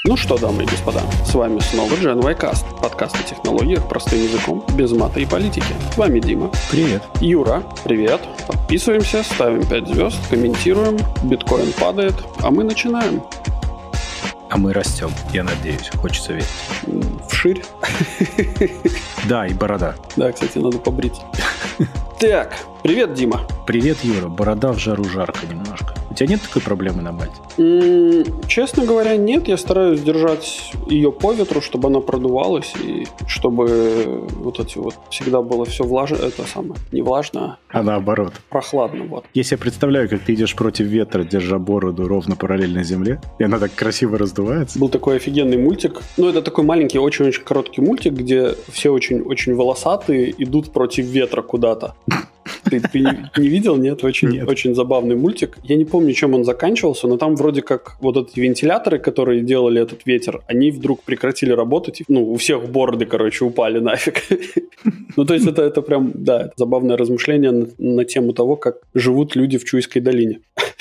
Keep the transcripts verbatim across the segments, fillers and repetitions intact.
Ну что, дамы и господа, с вами снова GenYcast, подкаст о технологиях простым языком, без мата и политики. С вами Дима. Привет. Юра. Привет. Подписываемся, ставим пять звезд, комментируем, биткоин падает, а мы начинаем. А мы растем, я надеюсь, хочется верить. Вширь. Да, и борода. Да, кстати, надо побрить. Так, привет, Дима. Привет, Юра. Борода в жару жарко немножко. У тебя нет такой проблемы на Мальте? М-м, честно говоря, нет. Я стараюсь держать ее по ветру, чтобы она продувалась, и чтобы вот эти вот всегда было все влажно. Это самое, не влажно, а, а наоборот. Прохладно, вот. Я себе представляю, как ты идешь против ветра, держа бороду ровно параллельно земле, и она так красиво раздувается. Был такой офигенный мультик. Ну, это такой маленький, очень-очень короткий мультик, где все очень-очень волосатые идут против ветра куда-то. Ты, ты не, не видел? Нет? Очень, Нет. Очень забавный мультик. Я не помню, чем он заканчивался, но там вроде как вот эти вентиляторы, которые делали этот ветер, они вдруг прекратили работать. Ну, у всех бороды, короче, упали нафиг. Ну, то есть это, это прям, да, это забавное размышление на, на тему того, как живут люди в Чуйской долине.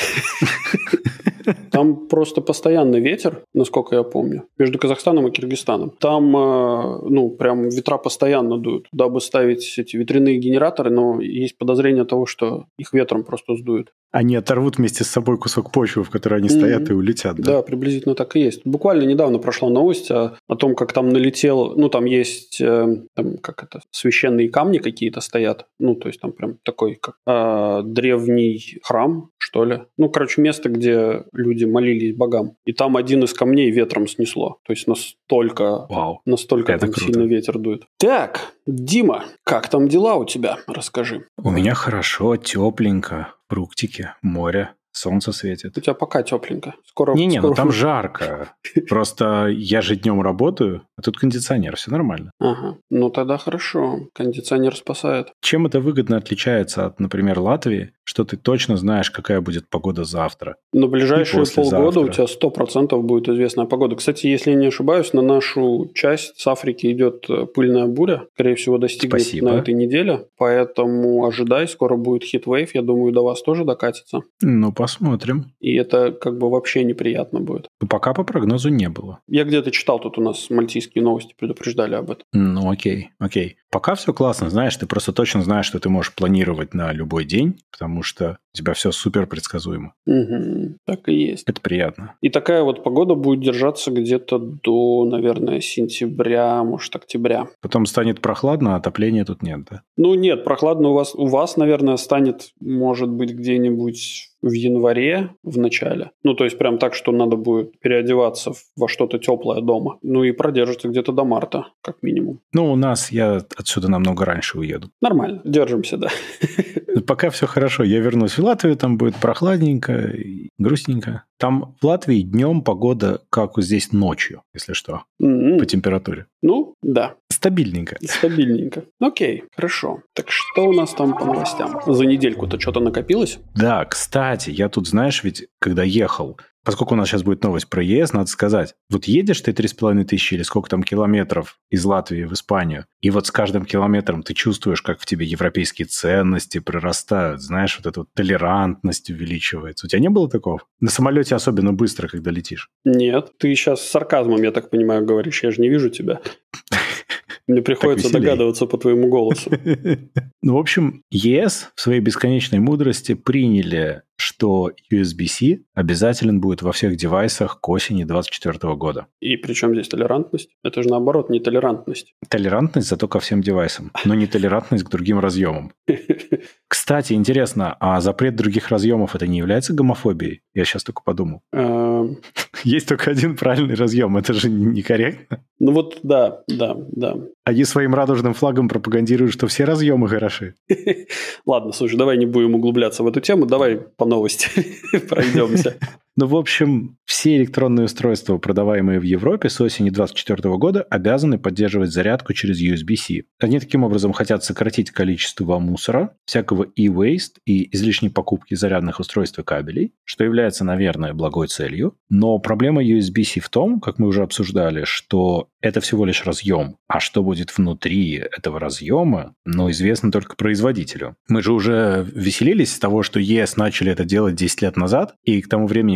Там просто постоянный ветер, насколько я помню, между Казахстаном и Киргизстаном. Там, ну, прям ветра постоянно дуют. Туда бы ставить эти ветряные генераторы, но есть подозрение того, что их ветром просто сдуют. Они оторвут вместе с собой кусок почвы, в которой они стоят, mm-hmm. и улетят, да? Да, приблизительно так и есть. Буквально недавно прошла новость о, о том, как там налетел... Ну, там есть, э, там, как это, священные камни какие-то стоят. Ну, то есть там прям такой, как э, древний храм, что ли. Ну, короче, место, где люди молились богам. И там один из камней ветром снесло. То есть настолько, Вау. настолько Это там круто. сильно ветер дует. Так, Дима, как там дела у тебя? Расскажи. У меня хорошо, тепленько. Фруктики, море, солнце светит. У тебя пока тепленько. Скоро... Не-не, скоро... ну там жарко. Просто я же днем работаю, а тут кондиционер, все нормально. Ага, ну тогда хорошо. Кондиционер спасает. Чем это выгодно отличается от, например, Латвии, что ты точно знаешь, какая будет погода завтра? На ближайшие полгода у тебя сто процентов будет известная погода. Кстати, если я не ошибаюсь, на нашу часть с Африки идет пыльная буря. Скорее всего, достигнет Спасибо. на этой неделе. Поэтому ожидай, скоро будет хитвейв. Я думаю, до вас тоже докатится. Ну, посмотрим. И это как бы вообще неприятно будет. Пока по прогнозу не было. Я где-то читал, тут у нас мальтийские новости предупреждали об этом. Ну, окей, окей. Пока все классно, знаешь, ты просто точно знаешь, что ты можешь планировать на любой день, потому что у тебя все супер предсказуемо. Угу, так и есть. Это приятно. И такая вот погода будет держаться где-то до, наверное, сентября, может, октября. Потом станет прохладно, а отопления тут нет, да? Ну, нет, прохладно у вас, у вас, наверное, станет, может быть, где-нибудь в январе в начале. Ну, то есть прям так, что надо будет переодеваться во что-то теплое дома. Ну, и продержится где-то до марта, как минимум. Ну, у нас, я отсюда намного раньше уеду. Нормально, держимся, да. Пока все хорошо. Я вернусь в Латвию, там будет прохладненько и грустненько. Там в Латвии днем погода, как здесь ночью, если что, mm-hmm. по температуре. Ну, да. Стабильненько. Стабильненько. Окей, хорошо. Так что у нас там по новостям? За недельку-то что-то накопилось? Да, кстати, я тут, знаешь, ведь когда ехал, поскольку у нас сейчас будет новость про ЕС, надо сказать, вот едешь ты три с половиной тысячи или сколько там километров из Латвии в Испанию, и вот с каждым километром ты чувствуешь, как в тебе европейские ценности прирастают, знаешь, вот эта вот толерантность увеличивается. У тебя не было такого? На самолете особенно быстро, когда летишь. Нет, ты сейчас с сарказмом, я так понимаю, говоришь, я же не вижу тебя. Мне приходится догадываться по твоему голосу. Ну, в общем, ЕС в своей бесконечной мудрости приняли, что ю эс би-C обязателен будет во всех девайсах к осени двадцать четвёртого года. И при чем здесь толерантность? Это же наоборот не толерантность. Толерантность зато ко всем девайсам, но не толерантность к другим разъемам. Кстати, интересно, а запрет других разъемов это не является гомофобией? Я сейчас только подумал. Есть только один правильный разъем, это же некорректно. Ну вот да, да, да. Они своим радужным флагом пропагандируют, что все разъемы хороши. Ладно, слушай, давай не будем углубляться в эту тему, давай по новости пройдемся. Ну, в общем, все электронные устройства, продаваемые в Европе с осени двадцать четвёртого года, обязаны поддерживать зарядку через ю эс би-C. Они таким образом хотят сократить количество мусора, всякого e-waste и излишней покупки зарядных устройств и кабелей, что является, наверное, благой целью. Но проблема ю эс би-C в том, как мы уже обсуждали, что это всего лишь разъем. А что будет внутри этого разъема, ну, известно только производителю. Мы же уже веселились с того, что ЕС начали это делать десять лет назад, и к тому времени,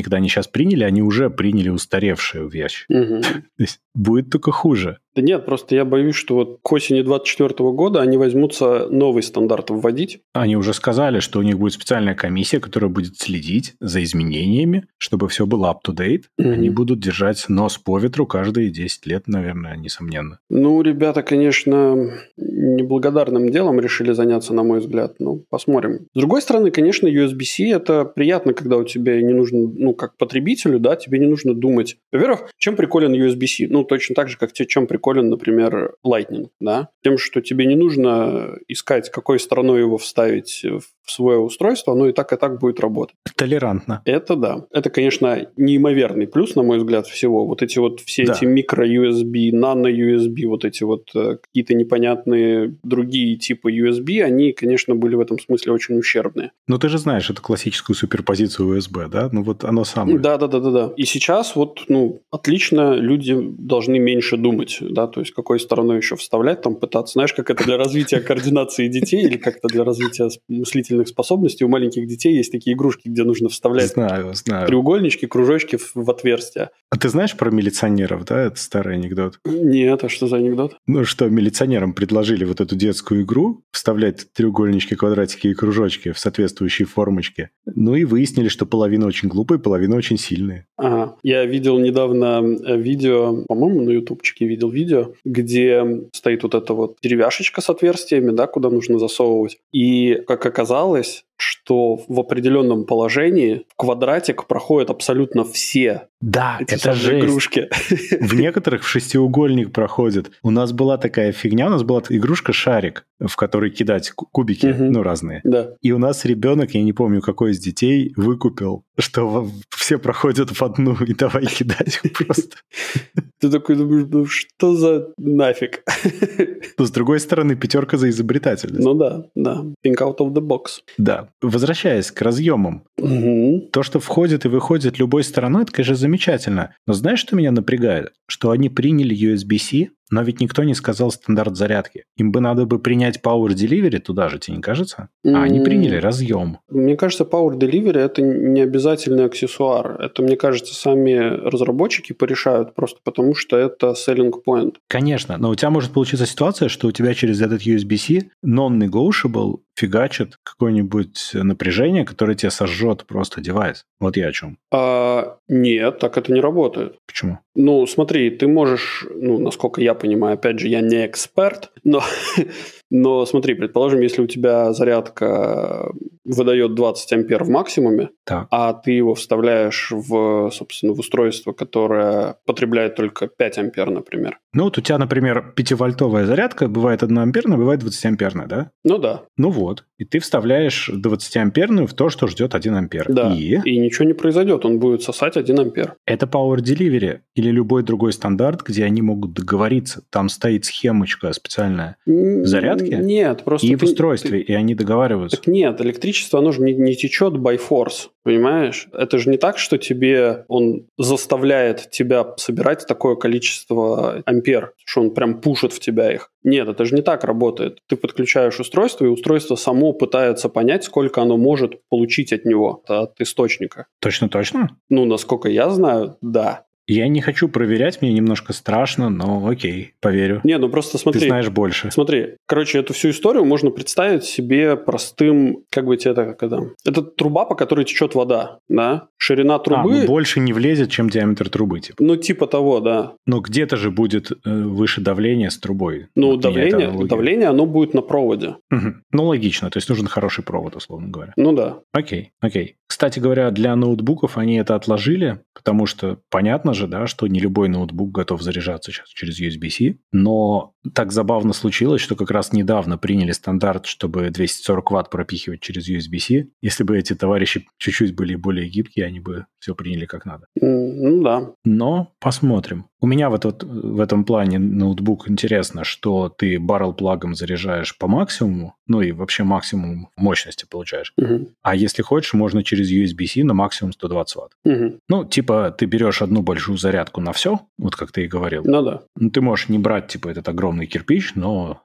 когда они сейчас приняли, они уже приняли устаревшую вещь. Угу. То есть будет только хуже. Да нет, просто я боюсь, что вот к осени двадцать четвёртого года они возьмутся новый стандарт вводить. Они уже сказали, что у них будет специальная комиссия, которая будет следить за изменениями, чтобы все было up-to-date. Mm-hmm. Они будут держать нос по ветру каждые десять лет, наверное, несомненно. Ну, ребята, конечно, неблагодарным делом решили заняться, на мой взгляд. Ну, посмотрим. С другой стороны, конечно, ю эс би-C это приятно, когда у тебя не нужно, ну, как потребителю, да, тебе не нужно думать. Во-первых, чем приколен ю эс би-C? Ну, точно так же, как те, чем приколен, например, Lightning, да? Тем, что тебе не нужно искать, какой стороной его вставить в свое устройство, оно и так, и так будет работать. Толерантно. Это да. Это, конечно, неимоверный плюс, на мой взгляд, всего. Вот эти вот все да. эти микро-ю эс би, нано-ю эс би, вот эти вот э, какие-то непонятные другие типы ю эс би, они, конечно, были в этом смысле очень ущербные. Ну, ты же знаешь эту классическую суперпозицию ю эс би, да? Ну, вот оно самое. Да-да-да-да. И сейчас вот, ну, отлично, люди должны меньше думать, да, то есть какой стороной еще вставлять, там пытаться. Знаешь, как это для развития координации детей или как-то для развития мыслительных способностей. У маленьких детей есть такие игрушки, где нужно вставлять знаю, знаю. треугольнички, кружочки в, в отверстия. А ты знаешь про милиционеров, да? Это старый анекдот. Нет, а что за анекдот? Ну, что милиционерам предложили вот эту детскую игру, вставлять треугольнички, квадратики и кружочки в соответствующие формочки. Ну и выяснили, что половина очень глупая, половина очень сильная. Ага. Я видел недавно видео, по-моему, на ютубчике видел видео, где стоит вот эта вот деревяшечка с отверстиями, да, куда нужно засовывать. И, как оказалось, что в определенном положении в квадратик проходят абсолютно все да, эти это же игрушки. В некоторых в шестиугольник проходит. У нас была такая фигня, у нас была игрушка-шарик, в который кидать кубики, угу. ну, разные. Да. И у нас ребенок, я не помню, какой из детей, выкупил, что все проходят в одну, и давай кидать просто. Ты такой думаешь, ну что за нафиг? Но с другой стороны, пятерка за изобретательность. Ну да, да. Think out of the box. Да. Возвращаясь к разъемам. Угу. То, что входит и выходит любой стороной, это, конечно, замечательно. Но знаешь, что меня напрягает? Что они приняли ю эс би-C, но ведь никто не сказал стандарт зарядки. Им бы надо бы принять Power Delivery туда же, тебе не кажется? Mm-hmm. А они приняли разъем. Мне кажется, Power Delivery – это не обязательный аксессуар. Это, мне кажется, сами разработчики порешают просто потому, что это selling point. Конечно, но у тебя может получиться ситуация, что у тебя через этот ю эс би-C non-negotiable фигачит какое-нибудь напряжение, которое тебе сожжет просто девайс. Вот я о чем. А, нет, так это не работает. Почему? Ну, смотри, ты можешь, ну, насколько я понимаю, опять же, я не эксперт, но, но смотри, предположим, если у тебя зарядка выдает двадцать ампер в максимуме, так. а ты его вставляешь в, собственно, в устройство, которое потребляет только пять ампер, например. Ну, вот у тебя, например, пятивольтовая зарядка, бывает одноамперная, бывает двадцатиамперная, да? Ну, да. Ну вот, и ты вставляешь двадцатиамперную в то, что ждет один ампер. Да, и... и ничего не произойдет, он будет сосать один ампер. Это Power Delivery или любой другой стандарт, где они могут договориться. Там стоит схемочка специальная в зарядке нет, просто и ты, в устройстве, ты... и они договариваются. Так нет, электричество, оно же не, не течет by force, понимаешь? Это же не так, что тебе он заставляет тебя собирать такое количество ампер, что он прям пушит в тебя их. Нет, это же не так работает. Ты подключаешь устройство, и устройство само пытается понять, сколько оно может получить от него, от источника. Точно-точно? Ну, насколько я знаю, да. Я не хочу проверять, мне немножко страшно, но окей, поверю. Не, ну просто смотри. Ты знаешь больше. Смотри, короче, эту всю историю можно представить себе простым, как бы тебе это, когда... Это труба, по которой течет вода, да? Ширина трубы... А, ну больше не влезет, чем диаметр трубы, типа. Ну, типа того, да. Но где-то же будет э, выше давление с трубой. Ну, вот давление, давление, оно будет на проводе. Угу. Ну, логично, то есть нужен хороший провод, условно говоря. Ну, да. Окей, окей. Кстати говоря, для ноутбуков они это отложили, потому что понятно же, да, что не любой ноутбук готов заряжаться сейчас через ю эс би-C, но так забавно случилось, что как раз недавно приняли стандарт, чтобы двести сорок ватт пропихивать через ю эс би-C. Если бы эти товарищи чуть-чуть были более гибкие, они бы все приняли как надо. Ну да. Но посмотрим. У меня в, этот, в этом плане ноутбук интересно, что ты баррел-плагом заряжаешь по максимуму, ну и вообще максимум мощности получаешь. Угу. А если хочешь, можно через ю эс би-C на максимум сто двадцать ватт. Угу. Ну, типа, ты берешь одну большую зарядку на все, вот как ты и говорил. Ну да. Ну, ты можешь не брать, типа, этот огромный кирпич, но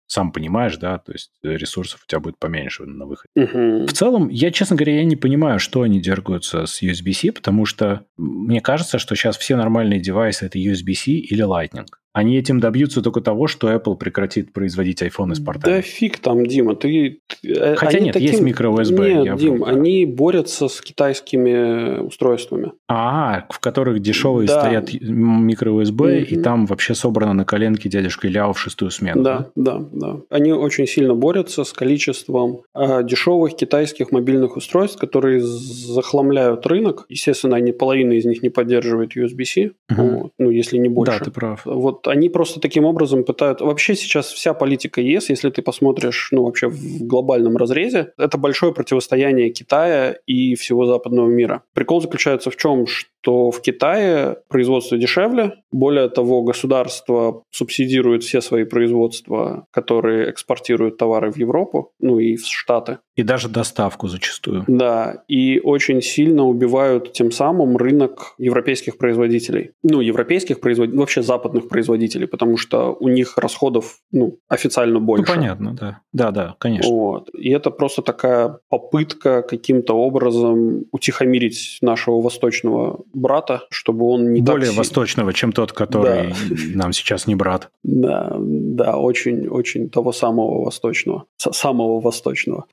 сам понимаешь, да, то есть ресурсов у тебя будет поменьше на выходе. Угу. В целом, я, честно говоря, я не понимаю, что они дергаются с ю эс би-C, потому что мне кажется, что сейчас все нормальные девайсы — это ю эс би-C или Lightning. Они этим добьются только того, что Apple прекратит производить iPhone с портами. Да фиг там, Дима, ты... Хотя они нет, таким... есть микро-ю эс би. Нет, Дим, вру, да. Они борются с китайскими устройствами. А, в которых дешевые да. стоят микро-ю эс би, mm-hmm. и там вообще собрано на коленке дядюшка Ляо в шестую смену. Да, да, да, да. Они очень сильно борются с количеством э, дешевых китайских мобильных устройств, которые захламляют рынок. Естественно, они половина из них не поддерживает ю эс би-C, uh-huh. вот, ну, если не больше. Да, ты прав. Вот они просто таким образом пытаются... Вообще сейчас вся политика ЕС, если ты посмотришь, ну, вообще в глобальном разрезе, это большое противостояние Китая и всего западного мира. Прикол заключается в чем? Что в Китае производство дешевле, более того, государство субсидирует все свои производства, которые экспортируют товары в Европу, ну и в Штаты. И даже доставку зачастую. Да, и очень сильно убивают тем самым рынок европейских производителей. Ну, европейских производителей, вообще западных производителей, потому что у них расходов, ну, официально больше. Ну, понятно, да. Да, да, конечно. Вот. И это просто такая попытка каким-то образом утихомирить нашего восточного брата, чтобы он не более так... восточного, чем тот, который да. нам сейчас не брат. Да, да, очень-очень того самого восточного, самого восточного.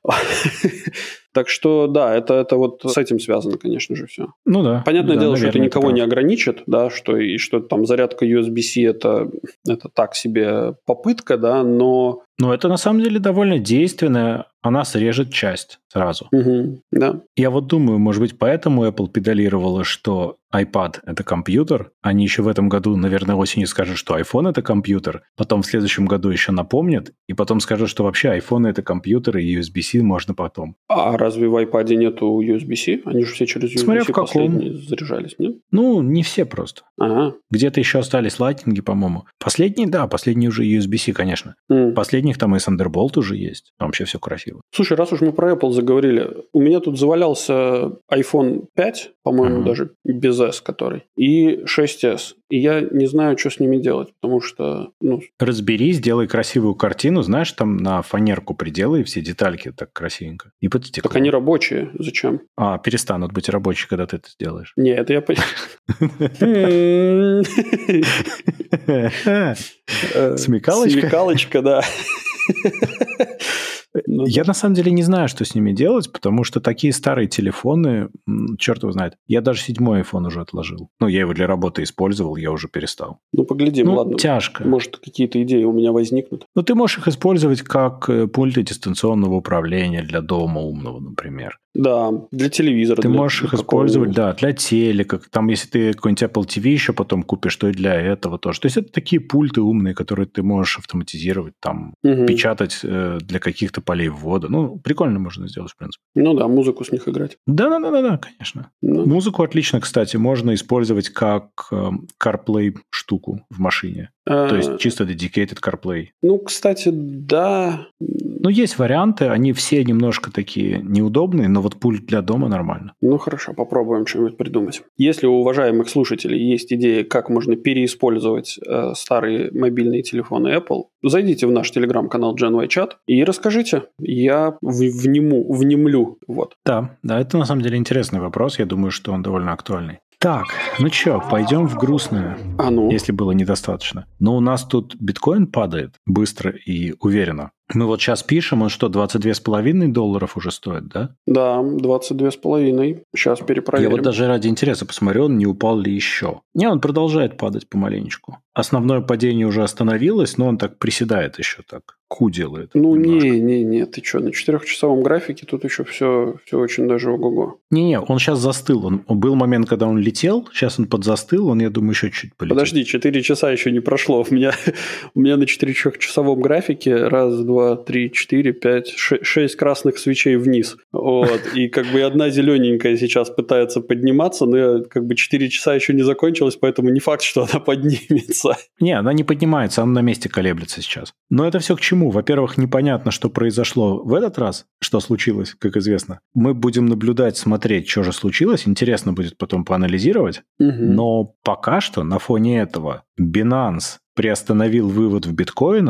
Так что, да, это, это вот с этим связано, конечно же, все. Ну да. Понятное да, дело, наверное, что это никого это не ограничит, да, что, и что там зарядка ю эс би-C это, это так себе попытка, да, но... Но это на самом деле довольно действенная, она срежет часть сразу. Угу, да. Я вот думаю, может быть, поэтому Apple педалировала, что iPad – это компьютер. Они еще в этом году, наверное, осенью скажут, что iPhone – это компьютер. Потом в следующем году еще напомнят. И потом скажут, что вообще iPhone – это компьютер, и ю эс би-C можно потом. А разве в iPad нету ю эс би-C? Они же все через ю эс би-C последние заряжались, нет? Ну, не все просто. Ага. Где-то еще остались лайтнинги, по-моему. Последние, да, последние уже ю эс би-C, конечно. Mm. Последних там и Thunderbolt уже есть. Там вообще все красиво. Слушай, раз уж мы про Apple заговорили, у меня тут завалялся айфон пять, по-моему, uh-huh. даже без S который, и шесть эс. И я не знаю, что с ними делать, потому что... Ну... Разбери, сделай красивую картину, знаешь, там на фанерку приделай все детальки так красивенько. И под стекло. Так они рабочие. Зачем? А, перестанут быть рабочие, когда ты это сделаешь. Не, это я понимаю. Смекалочка? Смекалочка, да. Ну, я да. на самом деле не знаю, что с ними делать, потому что такие старые телефоны, черт его знает. Я даже седьмой iPhone уже отложил. Ну, я его для работы использовал, я уже перестал. Ну, поглядим, ну, ладно. Тяжко. Может, какие-то идеи у меня возникнут. Ну, ты можешь их использовать как пульты дистанционного управления для дома умного, например. Да, для телевизора. Ты для можешь их использовать, да, для телека. Там, если ты какой-нибудь Apple ти ви еще потом купишь, то и для этого тоже. То есть, это такие пульты умные, которые ты можешь автоматизировать, там, угу. печатать э, для каких-то полей ввода. Ну, прикольно можно сделать, в принципе. Ну да, музыку с них играть. Да-да-да, конечно. Ну. Музыку отлично, кстати, можно использовать как э, CarPlay штуку в машине. А... То есть, чисто dedicated CarPlay. Ну, кстати, да. Ну, есть варианты, они все немножко такие неудобные, но вот пульт для дома нормально. Ну, хорошо, попробуем что-нибудь придумать. Если у уважаемых слушателей есть идеи, как можно переиспользовать э, старые мобильные телефоны Apple, зайдите в наш телеграм-канал GenY Chat и расскажите. Я вниму, внемлю. Вот. Да, да, это на самом деле интересный вопрос. Я думаю, что он довольно актуальный. Так, ну что, пойдем в грустное, а ну? Если было недостаточно. Но у нас тут биткоин падает быстро и уверенно. Мы вот сейчас пишем, он что, двадцать два с половиной долларов уже стоит, да? Да, двадцать два с половиной. Сейчас перепроверим. Я вот даже ради интереса посмотрел, не упал ли еще. Не, он продолжает падать помаленечку. Основное падение уже остановилось, но он так приседает еще так. Ку делает. Ну, немножко. не, не, не, ты что, на четырехчасовом графике тут еще все, все очень даже ого-го. Не-не, он сейчас застыл. Он, он был момент, когда он летел, сейчас он подзастыл, он, я думаю, еще чуть полетит. Подожди, четыре часа еще не прошло. У меня, у меня на четырехчасовом графике раз, два, три, четыре, пять, шесть красных свечей вниз. Вот. И как бы одна зелененькая сейчас пытается подниматься, но я, как бы четыре часа еще не закончилось, поэтому не факт, что она поднимется. Не, она не поднимается, она на месте колеблется сейчас. Но это все к чему? Во-первых, непонятно, что произошло в этот раз, что случилось, как известно. Мы будем наблюдать, смотреть, что же случилось. Интересно будет потом поанализировать. Угу. Но пока что на фоне этого Binance приостановил вывод в биткоинах,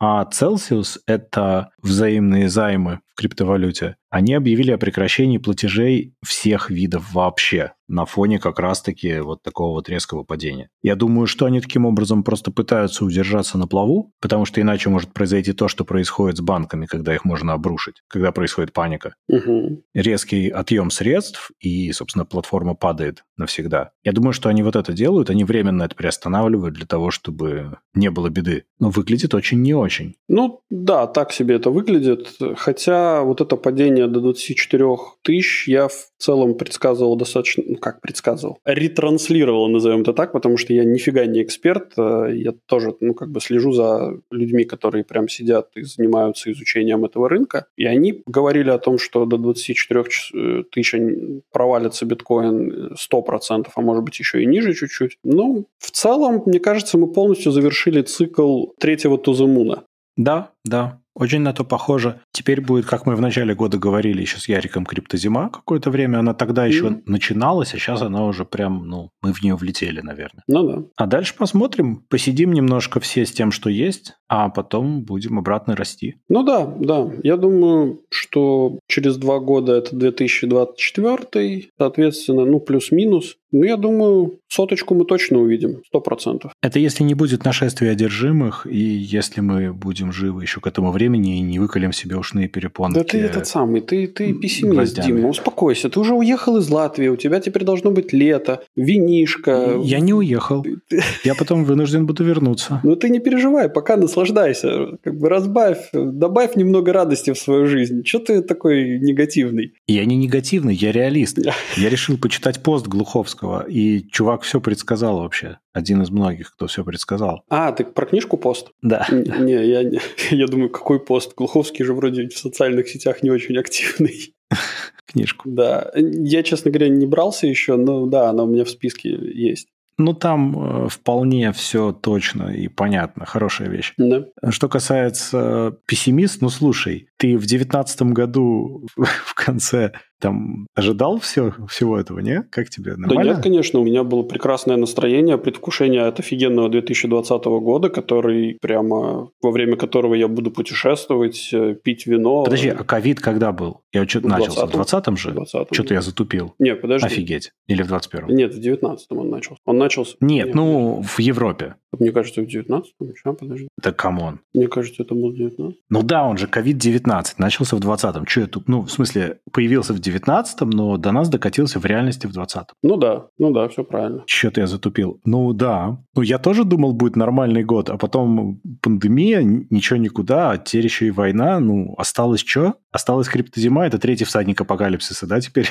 А Celsius — это взаимные займы в криптовалюте. Они объявили о прекращении платежей всех видов вообще на фоне как раз-таки вот такого вот резкого падения. Я думаю, что они таким образом просто пытаются удержаться на плаву, потому что иначе может произойти то, что происходит с банками, когда их можно обрушить, когда происходит паника. Угу. Резкий отъем средств, и, собственно, платформа падает навсегда. Я думаю, что они вот это делают, они временно это приостанавливают для того, чтобы не было беды. Но выглядит очень не очень. Ну, да, так себе это выглядит. Хотя вот это падение до двадцати четырёх тысяч я в целом предсказывал достаточно... Ну, как предсказывал? Ретранслировал, назовем это так, потому что я нифига не эксперт. Я тоже, ну, как бы слежу за людьми, которые прям сидят и занимаются изучением этого рынка. И они говорили о том, что до двадцати четырёх тысяч провалится биткоин сто процентов, а может быть еще и ниже чуть-чуть. Ну, в целом, мне кажется, мы полностью завершили цикл третьего to the moon. Да, да. Очень на то похоже. Теперь будет, как мы в начале года говорили еще с Яриком, криптозима какое-то время. Она тогда еще mm-hmm. начиналась, а сейчас она уже прям, ну, мы в нее влетели, наверное. Ну да. А дальше посмотрим, посидим немножко все с тем, что есть, а потом будем обратно расти. Ну да, да. Я думаю, что через два года это две тысячи двадцать четвёртый, соответственно, ну, плюс-минус. Ну, я думаю, соточку мы точно увидим, сто процентов. Это если не будет нашествия одержимых, и если мы будем живы еще к этому времени и не выколем себе ушные перепонки. Да ты этот самый, ты, ты пессимист, гвоздями. Дима, успокойся. Ты уже уехал из Латвии, у тебя теперь должно быть лето, винишко. Я не уехал. Я потом вынужден буду вернуться. Ну ты не переживай, пока наслаждайся. Как бы разбавь, добавь немного радости в свою жизнь. Чего ты такой негативный? Я не негативный, я реалист. Я решил почитать пост Глуховского, и чувак все предсказал вообще. Один из многих, кто все предсказал. А, ты про книжку пост? Да. Не, я, я думаю, какой пост? Глуховский же вроде в социальных сетях не очень активный. Книжку. Да. Я, честно говоря, не брался еще, но да, она у меня в списке есть. Ну, там э, вполне все точно и понятно. Хорошая вещь. Да. Что касается пессимист, ну, слушай, ты в девятнадцатом году в конце там ожидал все, всего этого, не? Как тебе? Нормально? Да нет, конечно. У меня было прекрасное настроение, предвкушение от офигенного две тысячи двадцатого года, который прямо во время которого я буду путешествовать, пить вино. Подожди, а ковид когда был? Я что-то начался в двадцатом же? двадцатом. Что-то я затупил. Нет, подожди. Офигеть. Или в двадцать первом? Нет, в девятнадцатом он начался. Он начался... Нет, Нет, ну, в Европе. Мне кажется, в девятнадцатом. Сейчас, подожди. Да камон. Мне кажется, это был девятнадцатый. Ну да, он же ковид девятнадцать, начался в двадцатом. Что я тут? Ну, в смысле, появился в девятнадцатом, но до нас докатился в реальности в двадцатом. Ну да, ну да, все правильно. Что-то я затупил. Ну да. Ну я тоже думал, будет нормальный год, а потом пандемия, ничего никуда, а теперь еще и война. Ну, осталось что? Осталась криптозима, это третий всадник апокалипсиса, да, теперь?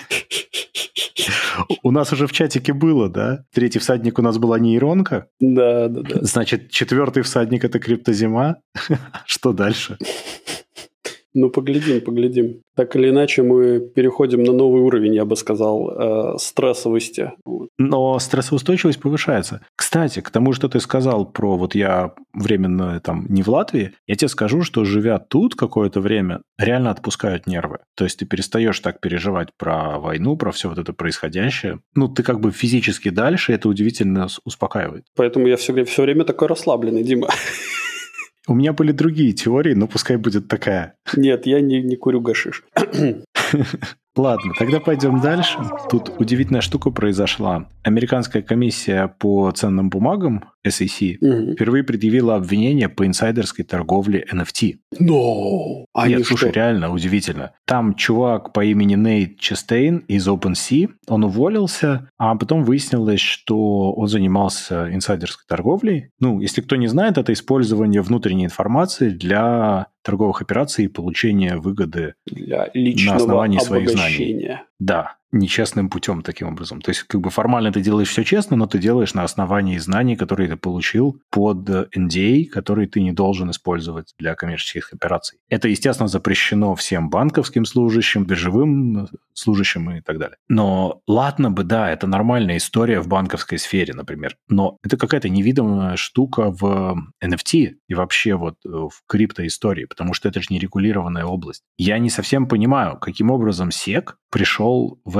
У нас уже в чатике было, да? Третий всадник у нас была нейронка. Да, да, да. Значит, четвертый всадник – это криптозима. Что дальше? Ну, поглядим, поглядим. Так или иначе, мы переходим на новый уровень, я бы сказал, э, стрессовости. Но стрессоустойчивость повышается. Кстати, к тому, что ты сказал про вот я временно там не в Латвии, я тебе скажу, что живя тут какое-то время, реально отпускают нервы. То есть ты перестаешь так переживать про войну, про все вот это происходящее. Ну, ты как бы физически дальше, и это удивительно успокаивает. Поэтому я все, все время такой расслабленный, Дима. У меня были другие теории, но пускай будет такая. Нет, я не, не курю гашиш. Ладно, тогда пойдем дальше. Тут удивительная штука произошла. Американская комиссия по ценным бумагам, эс и си, угу. впервые предъявила обвинение по инсайдерской торговле эн эф ти. No. А Нет, слушай, что? Реально удивительно. Там чувак по имени Нейт Честейн из OpenSea, он уволился, а потом выяснилось, что он занимался инсайдерской торговлей. Ну, если кто не знает, это использование внутренней информации для торговых операций и получения выгоды для личного на основании своих знаний. Обогащения. Да, нечестным путем таким образом. То есть, как бы формально ты делаешь все честно, но ты делаешь на основании знаний, которые ты получил под эн ди эй, который ты не должен использовать для коммерческих операций. Это, естественно, запрещено всем банковским служащим, биржевым служащим и так далее. Но ладно бы, да, это нормальная история в банковской сфере, например. Но это какая-то невидимая штука в эн эф ти и вообще вот в криптоистории, потому что это же нерегулированная область. Я не совсем понимаю, каким образом сек пришел в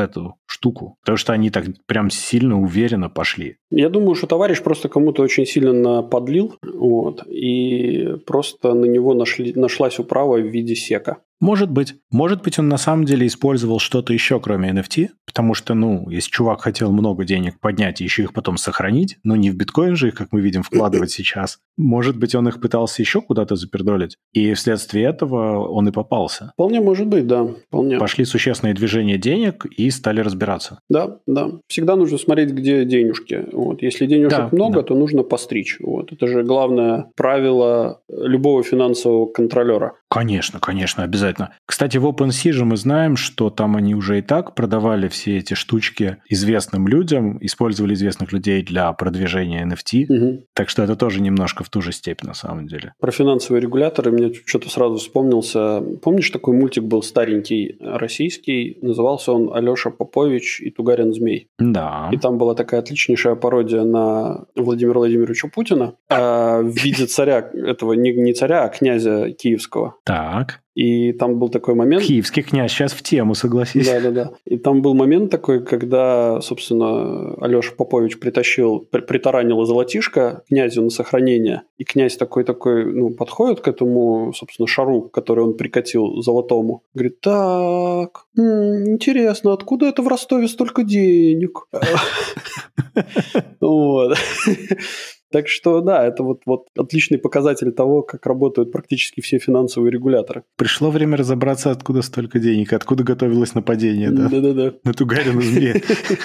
эту штуку, потому что они так прям сильно уверенно пошли. Я думаю, что товарищ просто кому-то очень сильно наподлил, вот, и просто на него нашли, нашлась управа в виде сека. Может быть. Может быть, он на самом деле использовал что-то еще, кроме эн эф ти, потому что, ну, если чувак хотел много денег поднять и еще их потом сохранить, ну, не в биткоин же их, как мы видим, вкладывать сейчас, может быть, он их пытался еще куда-то запердолить, и вследствие этого он и попался. Вполне может быть, да, вполне. Пошли существенные движения денег и стали разбираться. Да, да. Всегда нужно смотреть, где денежки. Вот. Если денежек да, много, да. то нужно постричь. Вот. Это же главное правило любого финансового контролера. Конечно, конечно, обязательно. Кстати, в OpenSea же мы знаем, что там они уже и так продавали все эти штучки известным людям, использовали известных людей для продвижения эн эф ти. Угу. Так что это тоже немножко в ту же степь на самом деле. Про финансовые регуляторы мне что-то сразу вспомнился. Помнишь, такой мультик был старенький, российский? Назывался он «Алеша Попович и Тугарин Змей». Да. И там была такая отличнейшая пародия на Владимира Владимировича Путина а, в виде царя, этого не, не царя, а князя киевского. Так. И там был такой момент... Киевский князь, сейчас в тему, согласись. Да-да-да. И там был момент такой, когда, собственно, Алеша Попович притащил, при, притаранил золотишко князю на сохранение. И князь такой-такой, ну, подходит к этому, собственно, шару, который он прикатил золотому. Говорит, так, м-м, интересно, откуда это в Ростове столько денег? Вот. Так что, да, это вот, вот отличный показатель того, как работают практически все финансовые регуляторы. Пришло время разобраться, откуда столько денег, откуда готовилось нападение, да? Да-да-да. На Тугарина змея.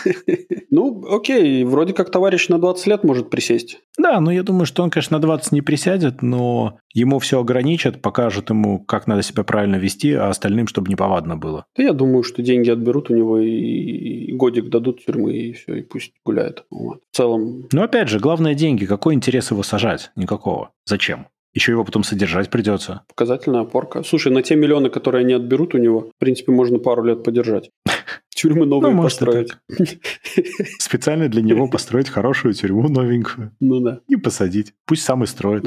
Ну, окей, вроде как товарищ на двадцать лет может присесть. Да, ну я думаю, что он, конечно, на двадцать не присядет, но ему все ограничат, покажут ему, как надо себя правильно вести, а остальным, чтобы неповадно было. Да я думаю, что деньги отберут у него и годик дадут тюрьмы, и все, и пусть гуляет. Вот. В целом... Но опять же, главное деньги. Какой интерес его сажать? Никакого. Зачем? Еще его потом содержать придется. Показательная опорка. Слушай, на те миллионы, которые они отберут у него, в принципе, можно пару лет подержать. Тюрьмы новые ну, построить. Специально для него построить хорошую тюрьму новенькую. Ну да. И посадить. Пусть сам и строит.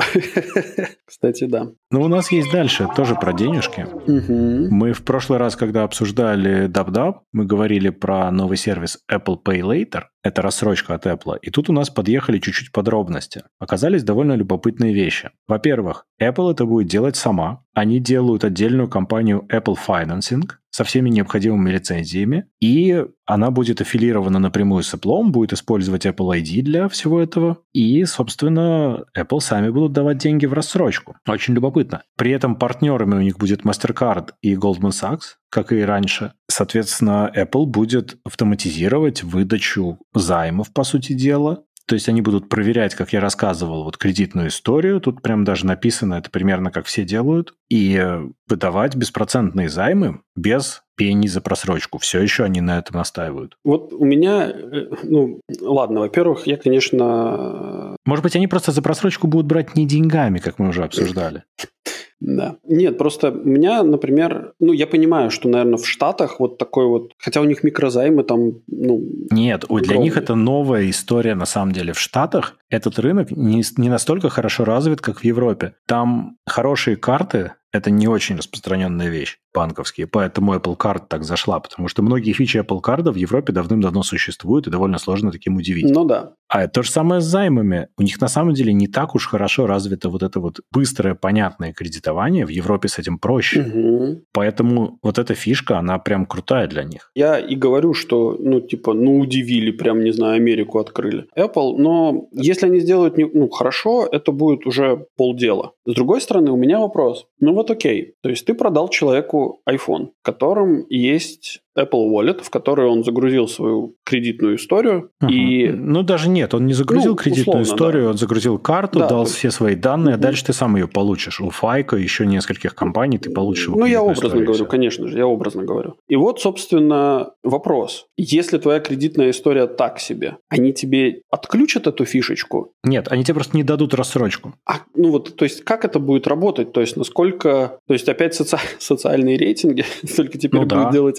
Кстати, да. Но у нас есть дальше тоже про денежки. Угу. Мы в прошлый раз, когда обсуждали DubDub, мы говорили про новый сервис Apple Pay Later. Это рассрочка от Apple. И тут у нас подъехали чуть-чуть подробности. Оказались довольно любопытные вещи. Во-первых, Apple это будет делать сама. Они делают отдельную компанию Apple Financing со всеми необходимыми лицензиями. И она будет аффилирована напрямую с Apple, будет использовать Apple ай ди для всего этого. И, собственно, Apple сами будут давать деньги в рассрочку. Очень любопытно. При этом партнерами у них будет MasterCard и Goldman Sachs, как и раньше. Соответственно, Apple будет автоматизировать выдачу займов, по сути дела. То есть они будут проверять, как я рассказывал, вот кредитную историю. Тут прям даже написано, это примерно как все делают. И выдавать беспроцентные займы без пени за просрочку. Все еще они на этом настаивают. Вот у меня, ну, ладно, во-первых, я, конечно... Может быть, они просто за просрочку будут брать не деньгами, как мы уже обсуждали. Да. Нет, просто у меня, например, ну, я понимаю, что, наверное, в Штатах вот такой вот, хотя у них микрозаймы там, ну... Нет, огромные. Для них это новая история, на самом деле. В Штатах этот рынок не, не настолько хорошо развит, как в Европе. Там хорошие карты – это не очень распространенная вещь, банковские, поэтому Apple Card так зашла, потому что многие фичи Apple Card в Европе давным-давно существуют, и довольно сложно таким удивить. Ну да. А то же самое с займами. У них на самом деле не так уж хорошо развито вот это вот быстрое, понятное кредитование. В Европе с этим проще. Угу. Поэтому вот эта фишка, она прям крутая для них. Я и говорю, что, ну, типа, ну, удивили, прям, не знаю, Америку открыли. Apple, но если они сделают, ну, хорошо, это будет уже полдела. С другой стороны, у меня вопрос. Ну, вот окей. То есть ты продал человеку iPhone, в котором есть Apple Wallet, в который он загрузил свою кредитную историю. Uh-huh. И... Ну, даже нет, он не загрузил ну, кредитную условно, историю, да. Он загрузил карту, да, дал есть... все свои данные, uh-huh. а дальше ты сам ее получишь. У Файка, еще нескольких компаний ты получишь его. Ну, я образно говорю, все. Конечно же, я образно говорю. И вот, собственно, вопрос. Если твоя кредитная история так себе, они тебе отключат эту фишечку? Нет, они тебе просто не дадут рассрочку. А, ну вот, то есть, как это будет работать? То есть, насколько... То есть, опять соци... социальные рейтинги только теперь ну, будет да. делать Apple.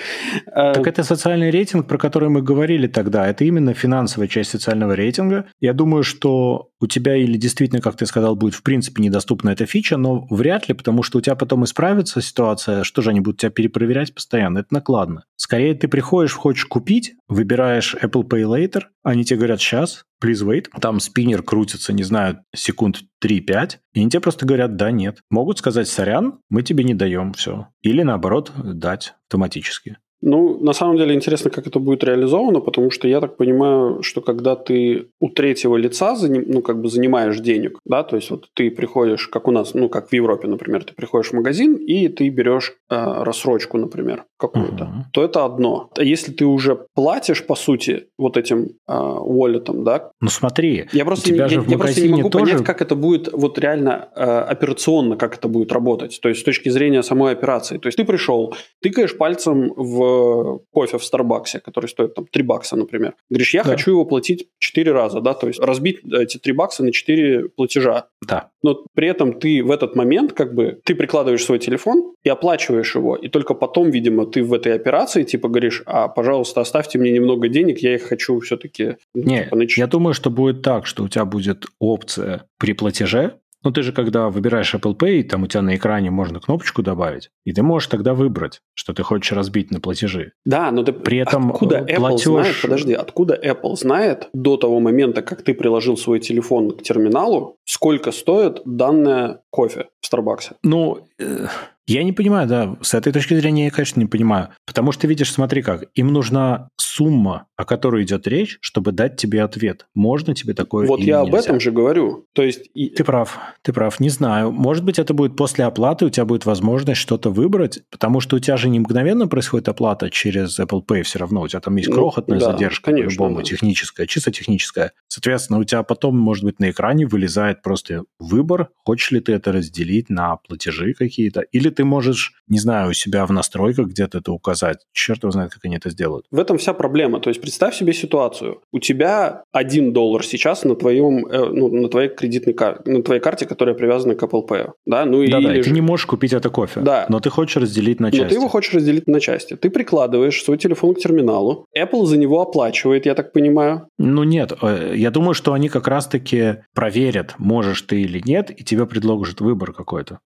Так это социальный рейтинг, про который мы говорили тогда. Это именно финансовая часть социального рейтинга. Я думаю, что у тебя или действительно, как ты сказал, будет в принципе недоступна эта фича, но вряд ли, потому что у тебя потом исправится ситуация, что же они будут тебя перепроверять постоянно. Это накладно. Скорее ты приходишь, хочешь купить, выбираешь Apple Pay Later, они тебе говорят сейчас, please wait. Там спиннер крутится, не знаю, секунд три-пять, и они тебе просто говорят да, нет. Могут сказать сорян, мы тебе не даем, все. Или наоборот, дать автоматически. Ну, на самом деле интересно, как это будет реализовано, потому что я так понимаю, что когда ты у третьего лица заним, ну, как бы занимаешь денег, да, то есть вот ты приходишь, как у нас, ну, как в Европе, например, ты приходишь в магазин и ты берешь э, рассрочку, например, какую-то, uh-huh. то это одно. А если ты уже платишь, по сути, вот этим э, wallet'ом, да? Ну, смотри, я просто, не, я, я просто не могу тоже... понять, как это будет вот реально э, операционно, как это будет работать, то есть с точки зрения самой операции. То есть ты пришел, тыкаешь пальцем в кофе в Старбаксе, который стоит там три бакса, например. Говоришь, я да. хочу его платить четыре раза, да, то есть разбить эти три бакса на четыре платежа. Да. Но при этом ты в этот момент как бы, ты прикладываешь свой телефон и оплачиваешь его, и только потом, видимо, ты в этой операции типа говоришь, а, пожалуйста, оставьте мне немного денег, я их хочу все-таки... Ну, Не, типа, нач... я думаю, что будет так, что у тебя будет опция при платеже. Ну, ты же, когда выбираешь Apple Pay, там у тебя на экране можно кнопочку добавить, и ты можешь тогда выбрать, что ты хочешь разбить на платежи. Да, но ты... При этом откуда Apple платеж... знает, подожди, откуда Apple знает до того момента, как ты приложил свой телефон к терминалу, сколько стоит данное кофе в Старбаксе? Ну... Э... Я не понимаю, да, с этой точки зрения я, конечно, не понимаю. Потому что, видишь, смотри как, им нужна сумма, о которой идет речь, чтобы дать тебе ответ. Можно тебе такое вот или я нельзя? Об этом же говорю. То есть... Ты прав, ты прав, не знаю. Может быть, это будет после оплаты, у тебя будет возможность что-то выбрать, потому что у тебя же не мгновенно происходит оплата через Apple Pay все равно. У тебя там есть крохотная ну, да, задержка, конечно, по-любому, да. техническая, чисто техническая. Соответственно, у тебя потом, может быть, на экране вылезает просто выбор, хочешь ли ты это разделить на платежи какие-то, или ты можешь, не знаю, у себя в настройках где-то это указать. Черт его знает, как они это сделают. В этом вся проблема. То есть представь себе ситуацию. У тебя один доллар сейчас на твоем, э, ну, на твоей кредитной карте, на твоей карте, которая привязана к Apple Pay. Да, ну да, и да, и ты не можешь купить это кофе. Да. Но ты хочешь разделить на части. Но ты его хочешь разделить на части. Ты прикладываешь свой телефон к терминалу. Apple за него оплачивает, я так понимаю. Ну нет, я думаю, что они как раз-таки проверят, можешь ты или нет, и тебе предложат выбор какой-то.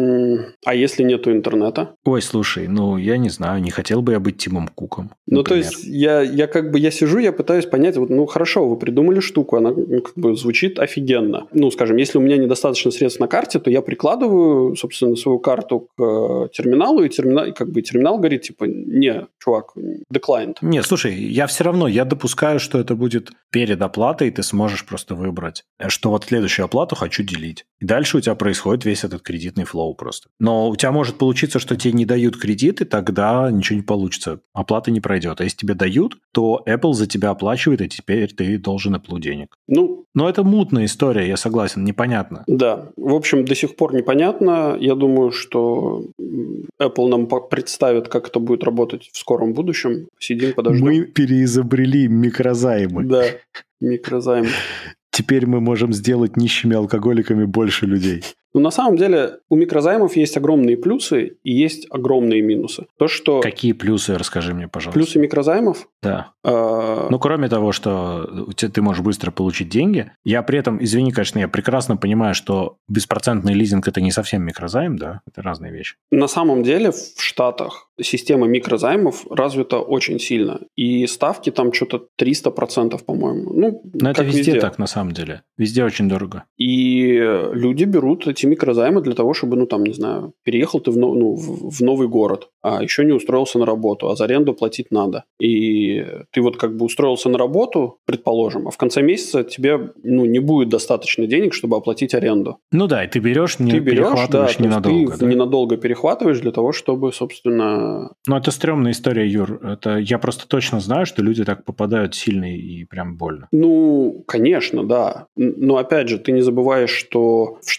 А если нету интернета? Ой, слушай, ну, я не знаю, не хотел бы я быть Тимом Куком. Ну, то есть, я, я как бы, я сижу, я пытаюсь понять, вот, ну, хорошо, вы придумали штуку, она ну, как бы звучит офигенно. Ну, скажем, если у меня недостаточно средств на карте, то я прикладываю, собственно, свою карту к э, терминалу, и терминал, и как бы терминал говорит, типа, не, чувак, declined. Не, слушай, я все равно, я допускаю, что это будет перед оплатой, и ты сможешь просто выбрать, что вот следующую оплату хочу делить. И дальше у тебя происходит весь этот кредитный флоу просто. Но у тебя может получиться, что тебе не дают кредит, и тогда ничего не получится. Оплата не пройдет. А если тебе дают, то Apple за тебя оплачивает, и теперь ты должен Apple денег. Ну, но это мутная история, я согласен, непонятно. Да, в общем, до сих пор непонятно. Я думаю, что Apple нам представит, как это будет работать в скором будущем. Сидим, подождем. Мы переизобрели микрозаймы. Да, микрозаймы. Теперь мы можем сделать нищими алкоголиками больше людей. Но на самом деле у микрозаймов есть огромные плюсы и есть огромные минусы. То, что... Какие плюсы, расскажи мне, пожалуйста. Плюсы микрозаймов? Да. А... Ну, кроме того, что ты можешь быстро получить деньги, я при этом, извини, конечно, я прекрасно понимаю, что беспроцентный лизинг – это не совсем микрозайм, да? Это разные вещи. На самом деле в Штатах система микрозаймов развита очень сильно. И ставки там что-то триста процентов, по-моему. Ну, Но это везде, везде так, на самом деле. Везде очень дорого. И люди берут эти микрозаймы для того, чтобы, ну, там, не знаю, переехал ты в, ну, в новый город, а еще не устроился на работу, а за аренду платить надо. И ты вот как бы устроился на работу, предположим, а в конце месяца тебе, ну, не будет достаточно денег, чтобы оплатить аренду. Ну да, и ты берешь, не ты берешь, перехватываешь да, ненадолго. Ты да? ненадолго перехватываешь для того, чтобы, собственно... Ну, это стрёмная история, Юр. Это я просто точно знаю, что люди так попадают сильно и прям больно. Ну, конечно, да. Но, опять же, ты не забываешь, что в Штатах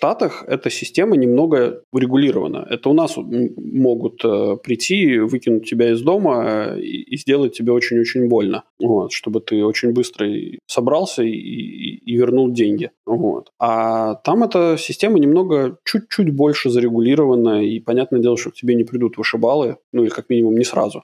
эта система немного урегулирована. Это у нас могут прийти, выкинуть тебя из дома и сделать тебе очень-очень больно, вот, чтобы ты очень быстро собрался и, и, и вернул деньги. Вот. А там эта система немного чуть-чуть больше зарегулирована, и понятное дело, что к тебе не придут вышибалы, ну или как минимум не сразу.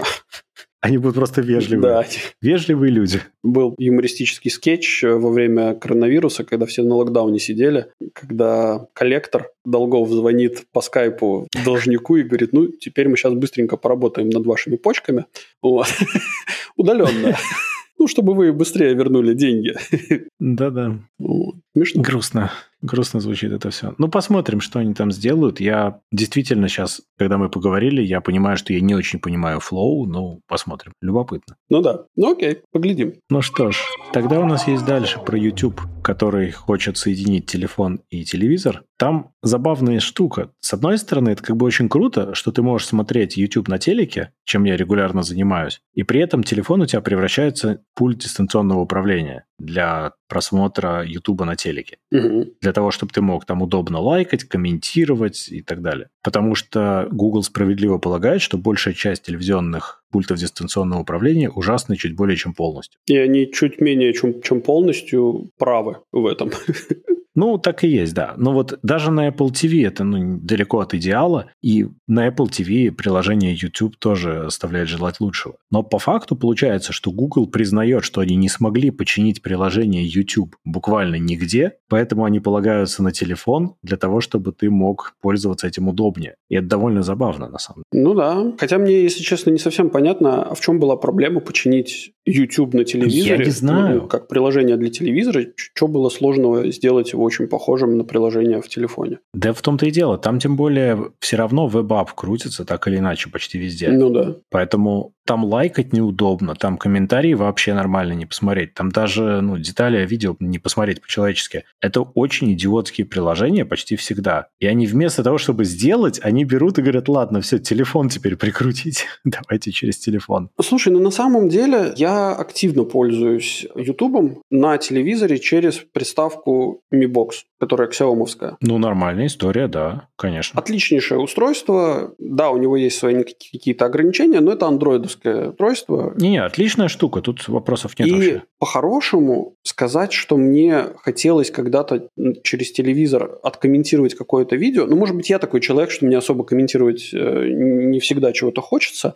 Они будут просто вежливые. Да. Вежливые люди. Был юмористический скетч во время коронавируса, когда все на локдауне сидели, когда коллектор долгов звонит по скайпу должнику и говорит, ну, теперь мы сейчас быстренько поработаем над вашими почками. Вот. Удаленно. Ну, чтобы вы быстрее вернули деньги. Да-да. Смешно. Грустно. Грустно звучит это все. Ну, посмотрим, что они там сделают. Я действительно сейчас, когда мы поговорили, я понимаю, что я не очень понимаю Flow, но посмотрим. Любопытно. Ну да. Ну окей, поглядим. Ну что ж, тогда у нас есть дальше про YouTube, который хочет соединить телефон и телевизор. Там забавная штука. С одной стороны, это как бы очень круто, что ты можешь смотреть YouTube на телеке, чем я регулярно занимаюсь, и при этом телефон у тебя превращается в пульт дистанционного управления для просмотра YouTube на телеке. Угу. Для того, чтобы ты мог там удобно лайкать, комментировать и так далее. Потому что Google справедливо полагает, что большая часть телевизионных пультов дистанционного управления ужасны чуть более чем полностью. И они чуть менее чем, чем полностью правы в этом. Ну, так и есть, да. Но вот даже на Apple ти ви это ну, далеко от идеала, и на Apple ти ви приложение YouTube тоже оставляет желать лучшего. Но по факту получается, что Google признает, что они не смогли починить приложение YouTube буквально нигде, поэтому они полагаются на телефон для того, чтобы ты мог пользоваться этим удобнее. И это довольно забавно, на самом деле. Ну да. Хотя мне, если честно, не совсем понятно, а в чем была проблема починить YouTube на телевизоре? Я не знаю. Ну, как приложение для телевизора, что было сложного сделать его очень похожим на приложение в телефоне? Да в том-то и дело. Там тем более все равно веб-ап крутится так или иначе почти везде. Ну да. Поэтому там лайкать неудобно, там комментарии вообще нормально не посмотреть, там даже ну, детали видео не посмотреть по-человечески. Это очень идиотские приложения почти всегда. И они вместо того, чтобы сделать, они берут и говорят, ладно, все, телефон теперь прикрутить. Давайте через телефон. Слушай, ну на самом деле я активно пользуюсь Ютубом на телевизоре через приставку Mi Box, которая ксиомовская. Ну, нормальная история, да, конечно. Отличнейшее устройство. Да, у него есть свои какие-то ограничения, но это андроидовское устройство. Не-не, отличная штука, тут вопросов нет и вообще. И по-хорошему сказать, что мне хотелось когда-то через телевизор откомментировать какое-то видео, ну, может быть, я такой человек, что мне особо комментировать не всегда чего-то хочется,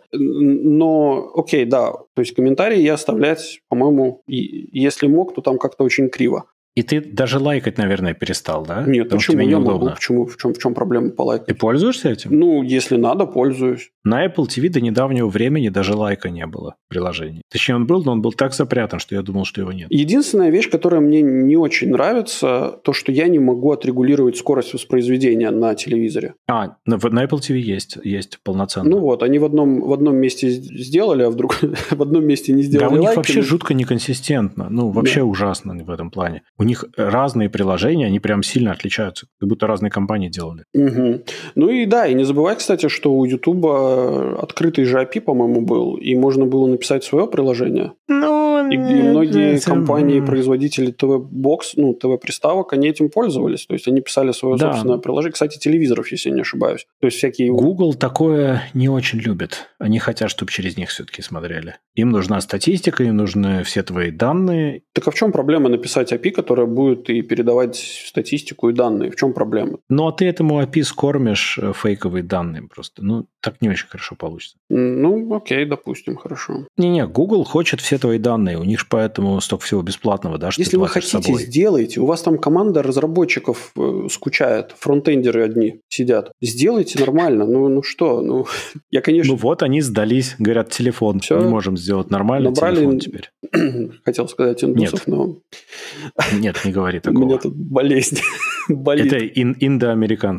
но окей, да, то есть комментарии я оставлять, по-моему, если мог, то там как-то очень криво. И ты даже лайкать, наверное, перестал, да? Нет, потому почему? что тебе Я неудобно. могу. Почему? В чем, в чем проблема полайкать? Ты пользуешься этим? Ну, если надо, пользуюсь. На Apple ти ви до недавнего времени даже лайка не было в приложении. Точнее, он был, но он был так запрятан, что я думал, что его нет. Единственная вещь, которая мне не очень нравится, то, что я не могу отрегулировать скорость воспроизведения на телевизоре. А, на, на Apple ти ви есть, есть полноценно. Ну вот, они в одном, в одном месте сделали, а в, друг, в одном месте не сделали. Да, у них лайки, вообще но... жутко неконсистентно. Ну, вообще да. ужасно в этом плане. У них разные приложения, они прям сильно отличаются, как будто разные компании делали. Угу. Ну и да, и не забывай, кстати, что у YouTube открытый же эй пи, по-моему, был, и можно было написать свое приложение. Ну, и, и многие это... компании, производители ТВ-бокс, ну, ТВ-приставок, они этим пользовались. То есть, они писали свое да. собственное приложение. Кстати, телевизоров, если я не ошибаюсь. То есть, всякие... Google такое не очень любит. Они хотят, чтобы через них все-таки смотрели. Им нужна статистика, им нужны все твои данные. Так а в чем проблема написать эй пи, которая будет и передавать статистику и данные? В чем проблема? Ну, а ты этому эй пи скормишь фейковые данные просто. Ну, так не очень хорошо получится. Ну, окей, допустим, хорошо. Не-не, Google хочет все твои данные. У них же поэтому столько всего бесплатного, да, что если вы хотите, сделайте. У вас там команда разработчиков э, скучает. Фронтендеры одни сидят. Сделайте нормально. Ну, ну что? Ну, я, конечно... Ну, вот они сдались. Говорят, телефон. Все. Не можем сделать нормально. Набрали... Телефон теперь. Хотел сказать индусов, Нет. но... Нет, не говори такого. У меня тут болезнь. Это ин- индоамериканцы.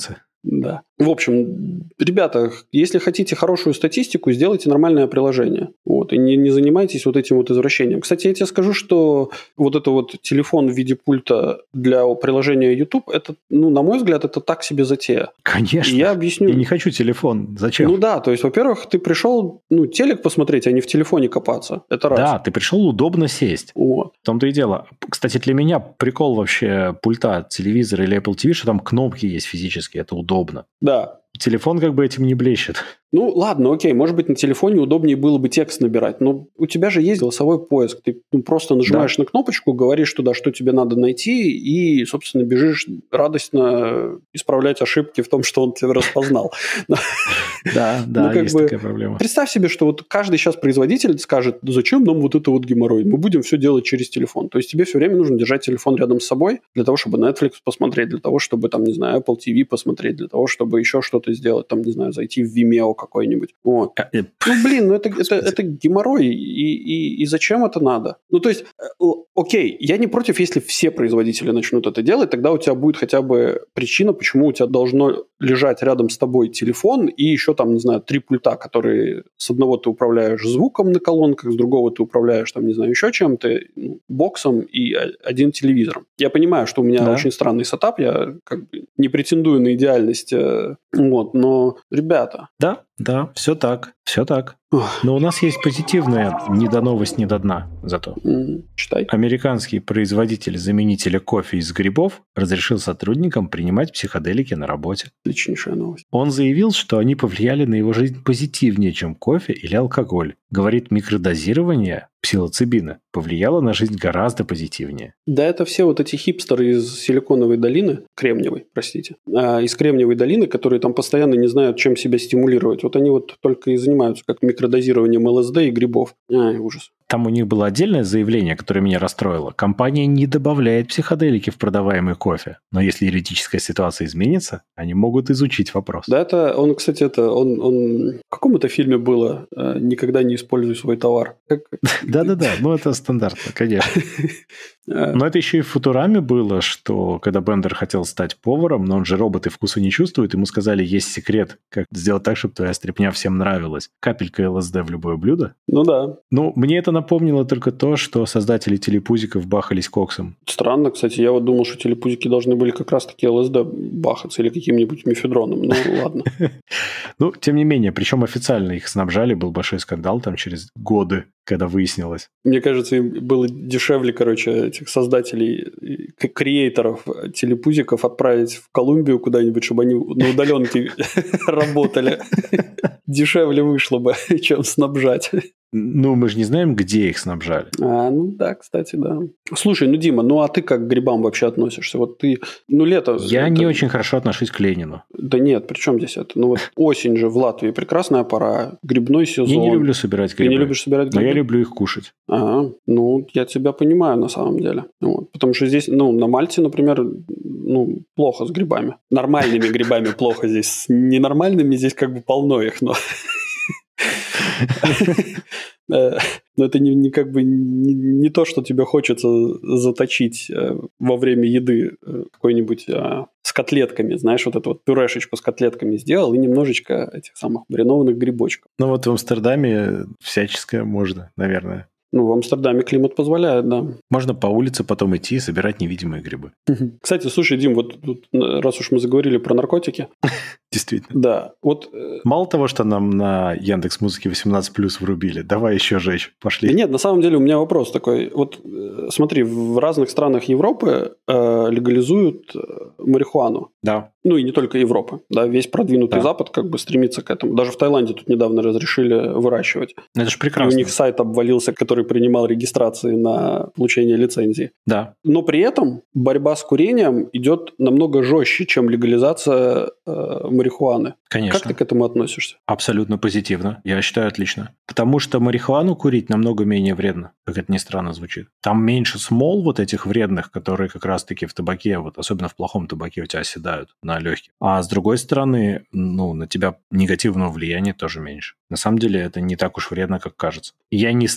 Да. В общем, ребята, если хотите хорошую статистику, сделайте нормальное приложение. Вот, и не, не занимайтесь вот этим вот извращением. Кстати, я тебе скажу, что вот это вот телефон в виде пульта для приложения YouTube, это, ну, на мой взгляд, это так себе затея. Конечно. И я объясню. Я не хочу телефон. Зачем? Ну да, то есть, во-первых, ты пришел, ну, телек посмотреть, а не в телефоне копаться. Это раз. Да, ты пришел удобно сесть. Вот. В том-то и дело. Кстати, для меня прикол вообще пульта от телевизора или Apple ти ви, что там кнопки есть физические, это удобно. Да. Телефон как бы этим не блещет. Ну, ладно, окей, может быть, на телефоне удобнее было бы текст набирать, но у тебя же есть голосовой поиск. Ты ну, просто нажимаешь да. на кнопочку, говоришь туда, что тебе надо найти, и, собственно, бежишь радостно исправлять ошибки в том, что он тебя распознал. Да, да, есть такая проблема. Представь себе, что вот каждый сейчас производитель скажет, зачем нам вот это вот геморрой? Мы будем все делать через телефон. То есть тебе все время нужно держать телефон рядом с собой для того, чтобы Netflix посмотреть, для того, чтобы, там, не знаю, Apple ти ви посмотреть, для того, чтобы еще что-то сделать, там, не знаю, зайти в Vimeo какой-нибудь. Вот. Ну, блин, ну это, это, это геморрой, и, и, и зачем это надо? Ну, то есть, окей, я не против, если все производители начнут это делать, тогда у тебя будет хотя бы причина, почему у тебя должно лежать рядом с тобой телефон и еще там, не знаю, три пульта, которые с одного ты управляешь звуком на колонках, с другого ты управляешь, там, не знаю, еще чем-то, ну, боксом и один телевизором. Я понимаю, что у меня да. очень странный сетап, я как бы не претендую на идеальность, вот, но, ребята... Да, да, все так, все так. Но у нас есть позитивная не до новость, не до дна зато. Mm, читай. Американский производитель заменителя кофе из грибов разрешил сотрудникам принимать психоделики на работе. Отличнейшая новость. Он заявил, что они повлияли на его жизнь позитивнее, чем кофе или алкоголь. Говорит, микродозирование псилоцибина повлияло на жизнь гораздо позитивнее. Да, это все вот эти хипстеры из Силиконовой долины, Кремниевой, простите, а, из Кремниевой долины, которые там постоянно не знают, чем себя стимулировать. Вот они вот только и занимаются как микродозированием ЛСД и грибов. Ай, ужас. Там у них было отдельное заявление, которое меня расстроило. Компания не добавляет психоделики в продаваемый кофе. Но если юридическая ситуация изменится, они могут изучить вопрос. Да, это он, кстати, это он, он в каком-то фильме было «Никогда не используй свой товар». Да-да-да, ну это стандартно, конечно. Но это еще и в «Футураме» было, что когда Бендер хотел стать поваром, но он же робот и вкуса не чувствует, ему сказали, есть секрет, как сделать так, чтобы твоя стряпня всем нравилась. Капелька ЛСД в любое блюдо. Ну да. Ну, мне это напомнило только то, что создатели телепузиков бахались коксом. Странно, кстати. Я вот думал, что телепузики должны были как раз-таки ЛСД бахаться или каким-нибудь мефедроном. Ну, ладно. Ну, тем не менее, причем официально их снабжали, был большой скандал там через годы, когда выяснилось. Мне кажется, им было дешевле, короче, этих создателей, креаторов телепузиков отправить в Колумбию куда-нибудь, чтобы они на удаленке работали. Дешевле вышло бы, чем снабжать. Ну, мы же не знаем, где их снабжали. А, ну да, кстати, да. Слушай, ну, Дима, ну а ты как к грибам вообще относишься? Вот ты, ну, лето... Я это... не очень хорошо отношусь к Ленину. Да нет, при чем здесь это? Ну, вот осень же в Латвии прекрасная пора, грибной сезон. Я не люблю собирать грибы. Ты не любишь собирать грибы? Но я люблю их кушать. Ага, ну, я тебя понимаю на самом деле. Вот. Потому что здесь, ну, на Мальте, например, ну, плохо с грибами. Нормальными грибами плохо здесь. С ненормальными здесь как бы полно их, но... Но это не, не как бы не, не то, что тебе хочется заточить во время еды какой-нибудь а, с котлетками, знаешь, вот эту вот пюрешечку с котлетками сделал и немножечко этих самых маринованных грибочков. Ну вот в Амстердаме всяческое можно, наверное. Ну, в Амстердаме климат позволяет, да. Можно по улице потом идти и собирать невидимые грибы. Кстати, слушай, Дим, вот тут, раз уж мы заговорили про наркотики. Действительно. Да. Вот, мало того, что нам на Яндекс.Музыке восемнадцать плюс врубили, давай еще жечь, пошли. Да нет, на самом деле у меня вопрос такой. Вот смотри, в разных странах Европы э, легализуют марихуану. Да. Ну и не только Европы. Да, весь продвинутый да. Запад как бы стремится к этому. Даже в Таиланде тут недавно разрешили выращивать. Это же прекрасно. И у них сайт обвалился, который принимал регистрации на получение лицензии. Да. Но при этом борьба с курением идет намного жестче, чем легализация э, марихуаны. Конечно. Как ты к этому относишься? Абсолютно позитивно. Я считаю, отлично. Потому что марихуану курить намного менее вредно, как это ни странно звучит. Там меньше смол вот этих вредных, которые как раз-таки в табаке, вот особенно в плохом табаке у тебя оседают на легких. А с другой стороны, ну, на тебя негативного влияния тоже меньше. На самом деле это не так уж вредно, как кажется. Я не сторонник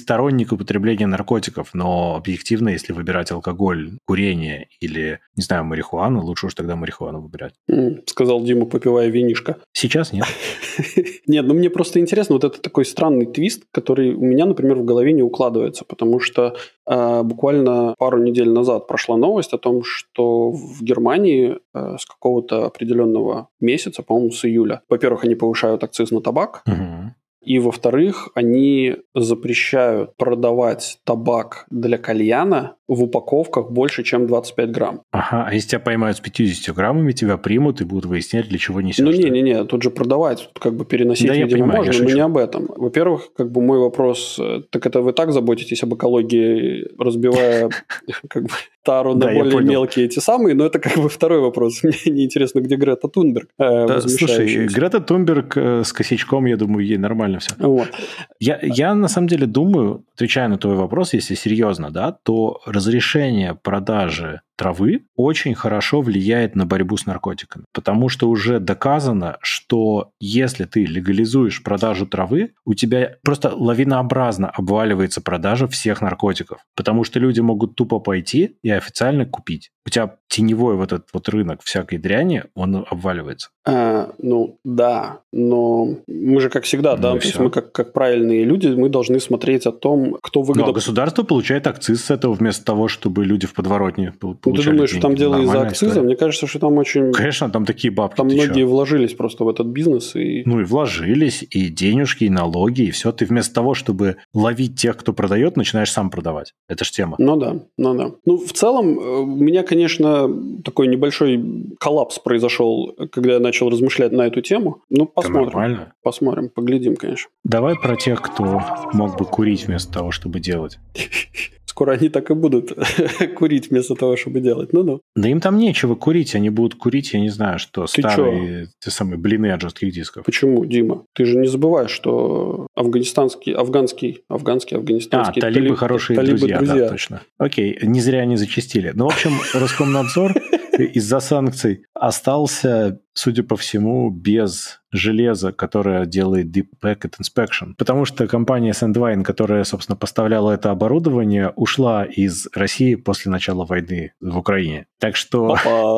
к употреблению наркотиков, но объективно, если выбирать алкоголь, курение или, не знаю, марихуану, лучше уж тогда марихуану выбирать. Сказал Дима, попивая винишко. Сейчас нет. Нет, ну мне просто интересно, вот это такой странный твист, который у меня, например, в голове не укладывается, потому что э, буквально пару недель назад прошла новость о том, что в Германии э, с какого-то определенного месяца, по-моему, с июля, во-первых, они повышают акциз на табак, Угу. и, во-вторых, они запрещают продавать табак для кальяна в упаковках больше, чем двадцать пять грамм. Ага, а если тебя поймают с пятьюдесятью граммами, тебя примут и будут выяснять, для чего несешь. Ну, не-не-не, тут же продавать, тут как бы переносить, да, видимо, понимаю, можно, но не об этом. Во-первых, как бы мой вопрос, так это вы так заботитесь об экологии, разбивая как бы тару на более мелкие эти самые, но это как бы второй вопрос. Мне неинтересно, где Грета Тунберг. Слушай, Грета Тунберг с косячком, я думаю, ей нормально все. Вот. Я, я на самом деле думаю, отвечая на твой вопрос, если серьезно, да, то разрешение продажи травы очень хорошо влияет на борьбу с наркотиками. Потому что уже доказано, что если ты легализуешь продажу травы, у тебя просто лавинообразно обваливается продажа всех наркотиков. Потому что люди могут тупо пойти и официально купить. У тебя теневой вот этот вот рынок всякой дряни, он обваливается. А, ну, да, но мы же, как всегда, ну, да, то есть мы как, как правильные люди, мы должны смотреть о том, кто выгодно... Ну, а государство получает акциз с этого вместо того, чтобы люди в подворотне получали. Ты думаешь, что там дело из-за акциза? История. Мне кажется, что там очень... Конечно, там такие бабки. Там многие чё? вложились просто в этот бизнес. И... Ну и вложились, и денежки, и налоги, и все. Ты вместо того, чтобы ловить тех, кто продает, начинаешь сам продавать. Это ж тема. Ну да, ну да. Ну, в целом, у меня, конечно, такой небольшой коллапс произошел, когда я начал размышлять на эту тему. Ну, посмотрим. Это нормально. Посмотрим, поглядим, конечно. Давай про тех, кто мог бы курить вместо того, чтобы делать. Скоро они так и будут курить вместо того, чтобы делать. Ну-ну. Да им там нечего курить. Они будут курить, я не знаю, что, Ты старые чё? Те самые блины от жестких дисков. Почему, Дима? Ты же не забывай, что афганистанский, афганский, афганский, афганистанский... А, талибы талиб, хорошие талибы друзья, друзья, да, точно. Окей, не зря они зачастили. Ну, в общем, Роскомнадзор из-за санкций остался, судя по всему, без железа, которое делает Deep Packet Inspection. Потому что компания Sandvine, которая, собственно, поставляла это оборудование, ушла из России после начала войны в Украине. Так что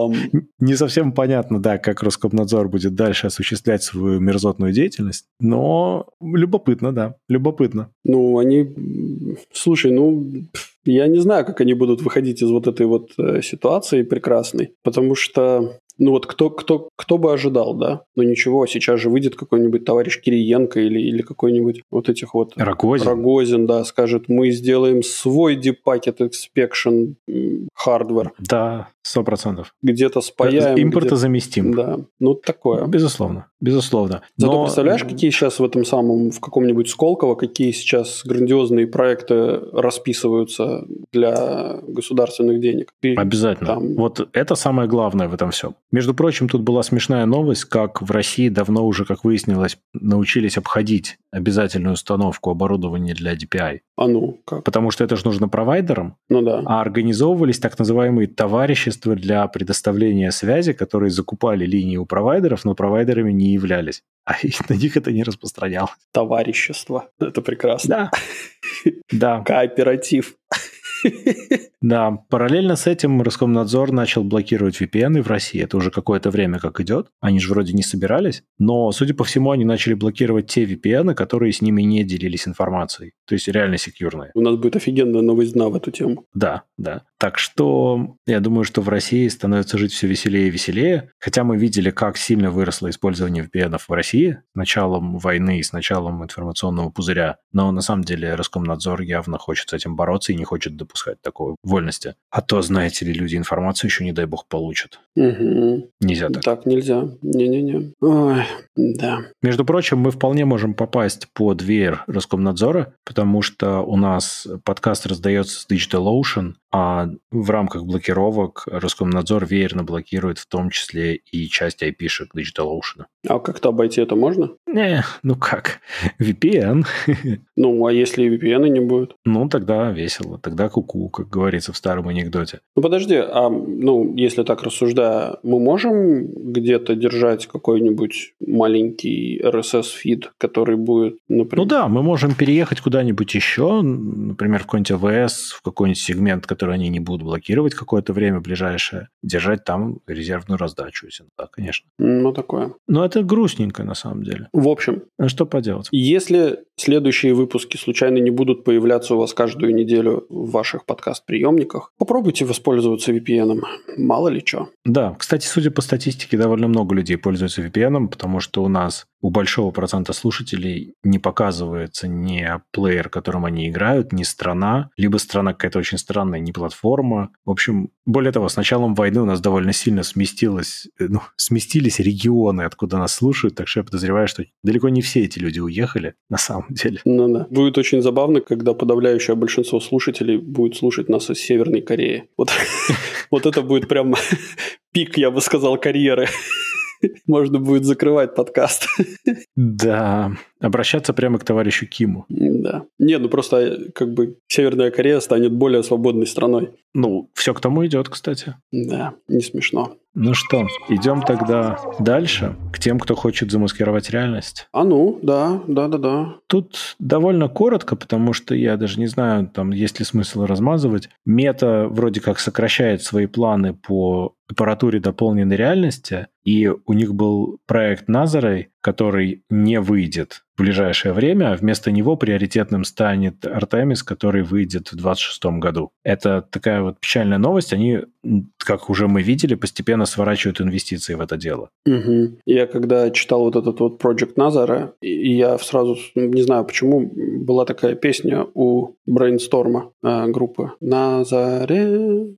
не совсем понятно, да, как Роскомнадзор будет дальше осуществлять свою мерзотную деятельность, но любопытно, да, любопытно. Ну, они... Слушай, ну... Я не знаю, как они будут выходить из вот этой вот э, ситуации прекрасной, потому что, ну вот кто, кто, кто бы ожидал, да? Ну ничего, сейчас же выйдет какой-нибудь товарищ Кириенко или, или какой-нибудь вот этих вот... Рогозин. Рогозин, да, скажет, мы сделаем свой Deep Packet Inspection hardware. Да, сто процентов. Где-то спаяем. Импортозаместим. Да, ну такое. Безусловно, безусловно. Зато Но... представляешь, какие сейчас в этом самом, в каком-нибудь Сколково, какие сейчас грандиозные проекты расписываются для государственных денег. И Обязательно. Там... Вот это самое главное в этом всем. Между прочим, тут была смешная новость, как в России давно уже, как выяснилось, научились обходить обязательную установку оборудования для ди пи ай. А ну, как? Потому что это же нужно провайдерам. Ну да. А организовывались так называемые товарищества для предоставления связи, которые закупали линии у провайдеров, но провайдерами не являлись. А на них это не распространялось. Товарищество. Это прекрасно. Да. Да. Кооператив. Да, параллельно с этим Роскомнадзор начал блокировать ви пи эн в России. Это уже какое-то время как идет. Они же вроде не собирались, но, судя по всему, они начали блокировать те ви пи эн, которые с ними не делились информацией. То есть реально секьюрные. У нас будет офигенная новизна в эту тему. Да, да. Так что я думаю, что в России становится жить все веселее и веселее. Хотя мы видели, как сильно выросло использование ви пи эн в России с началом войны и с началом информационного пузыря. Но на самом деле Роскомнадзор явно хочет с этим бороться и не хочет допускать такой вольности. А то, знаете ли, люди информацию еще, не дай бог, получат. Угу. Нельзя так. Так нельзя. Не-не-не. Ой, да. Между прочим, мы вполне можем попасть под веер Роскомнадзора, потому что у нас подкаст раздается с DigitalOcean, а в рамках блокировок Роскомнадзор веерно блокирует в том числе и часть ай пи-шек DigitalOcean. А как-то обойти это можно? Не, ну как, ви пи эн. Ну, а если ви пи эн не будет? Ну, тогда весело, тогда ку-ку, как говорится в старом анекдоте. Ну, подожди, а ну, если так рассуждая, мы можем где-то держать какой-нибудь маленький эр эс эс-фид, который будет, например... Ну да, мы можем переехать куда-нибудь еще, например, в какой-нибудь эй ви эс, в какой-нибудь сегмент, который они не будут блокировать какое-то время ближайшее, держать там резервную раздачу. Да, конечно. Ну, такое. Но это грустненько, на самом деле. В общем... А что поделать? Если следующие выпуски случайно не будут появляться у вас каждую неделю в ваших подкаст-приемниках, попробуйте воспользоваться ви пи эн. Мало ли что. Да, кстати, судя по статистике, довольно много людей пользуются ви пи эн, потому что у нас у большого процента слушателей не показывается ни плеер, которым они играют, ни страна, либо страна какая-то очень странная, ни платформа. В общем, более того, с началом войны у нас довольно сильно сместилось, ну, сместились регионы, откуда нас слушают, так что я подозреваю, что далеко не все эти люди уехали, на самом деле. Ну да. Будет очень забавно, когда подавляющее большинство слушателей будет слушать нас из Северной Кореи. Вот, вот это будет прям пик, я бы сказал, карьеры. Можно будет закрывать подкаст. Да, обращаться прямо к товарищу Киму. Да. Не, ну просто как бы Северная Корея станет более свободной страной. Ну, все к тому идет, кстати. Да, не смешно. Ну что, идем тогда дальше, к тем, кто хочет замаскировать реальность. А ну, да, да, да, да. Тут довольно коротко, потому что я даже не знаю, там есть ли смысл размазывать. Мета вроде как сокращает свои планы по аппаратуре дополненной реальности, и у них был проект Nazare, который не выйдет в ближайшее время, а вместо него приоритетным станет Artemis, который выйдет в двадцать шестом году. Это такая вот печальная новость. Они, как уже мы видели, постепенно сворачивают инвестиции в это дело. Угу. Я когда читал вот этот вот Project Nazare, и я сразу, не знаю почему, была такая песня у Brainstorm группы «Назаре».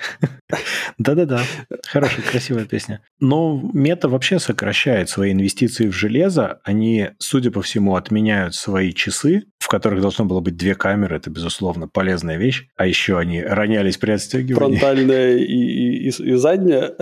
Да-да-да, хорошая, красивая песня. Но Мета вообще сокращает свои инвестиции в железо. Они, судя по всему, отменяют свои часы, в которых должно было быть две камеры. Это, безусловно, полезная вещь. А еще они ронялись при отстегивании. Фронтальная и, и, и, и задняя.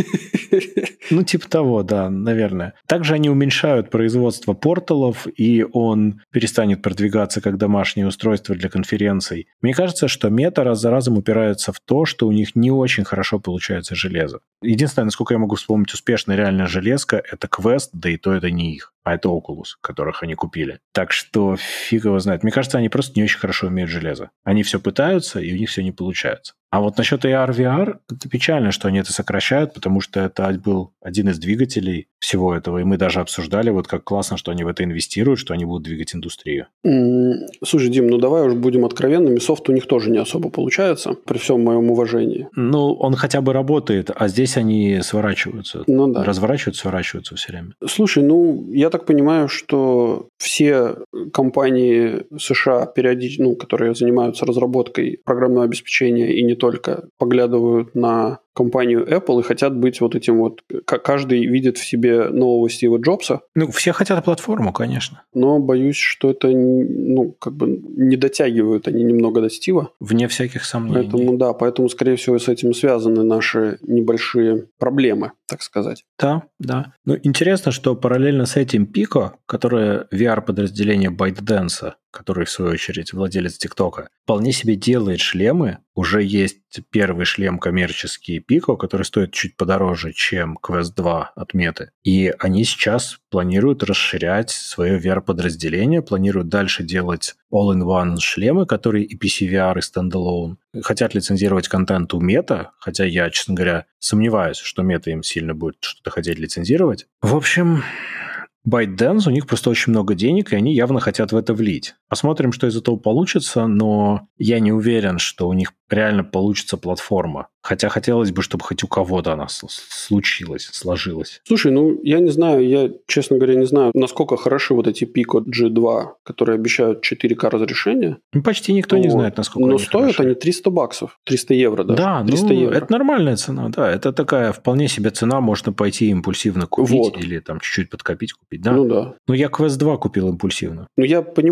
Ну, типа того, да, наверное. Также они уменьшают производство порталов, и он перестанет продвигаться как домашнее устройство для конференций. Мне кажется, что Мета раз за разом упирается в то, что у них не очень хорошо получается железо. Единственное, насколько я могу вспомнить успешная реальная железка, это Quest, да и то это не их, а это Oculus, которых они купили. Так что фиг его знает. Мне кажется, они просто не очень хорошо умеют железо. Они все пытаются, и у них все не получается. А вот насчет эй ар, ви ар, это печально, что они это сокращают, потому что это был один из двигателей всего этого, и мы даже обсуждали, вот как классно, что они в это инвестируют, что они будут двигать индустрию. Слушай, Дим, ну давай уж будем откровенными, софт у них тоже не особо получается, при всем моем уважении. Ну, он хотя бы работает, а здесь они сворачиваются. Ну да. Разворачиваются, сворачиваются все время. Слушай, ну, я так понимаю, что все компании США, периодически, ну, которые занимаются разработкой программного обеспечения и не только, поглядывают на компанию Apple и хотят быть вот этим вот... Каждый видит в себе нового Стива Джобса. Ну, все хотят платформу, конечно. Но боюсь, что это, ну, как бы не дотягивают они немного до Стива. Вне всяких сомнений. Поэтому, да, поэтому, скорее всего, с этим связаны наши небольшие проблемы, так сказать. Да, да. Ну, интересно, что параллельно с этим Pico, которое ви ар-подразделение ByteDance, который, в свою очередь, владелец ТикТока, вполне себе делает шлемы. Уже есть первый шлем коммерческий Pico, который стоит чуть подороже, чем Quest два от Меты. И они сейчас планируют расширять свое ви ар-подразделение, планируют дальше делать all-in-one шлемы, которые и пи си ви ар, и стендалон. Хотят лицензировать контент у Мета, хотя я, честно говоря, сомневаюсь, что Мета им сильно будет что-то хотеть лицензировать. В общем... ByteDance, у них просто очень много денег, и они явно хотят в это влить. Посмотрим, что из этого получится, но я не уверен, что у них реально получится платформа. Хотя хотелось бы, чтобы хоть у кого-то она случилась, сложилась. Слушай, ну, я не знаю, я, честно говоря, не знаю, насколько хороши вот эти Pico джи два, которые обещают четыре ка разрешения. Ну, почти никто вот. не знает, насколько но они стоят хороши. они триста баксов, триста евро даже. Да, триста ну, евро. Это нормальная цена, да. Это такая вполне себе цена, можно пойти импульсивно купить вот. Или там чуть-чуть подкопить купить. Да? Ну, да. Ну, я Quest два купил импульсивно. Ну, я понимаю,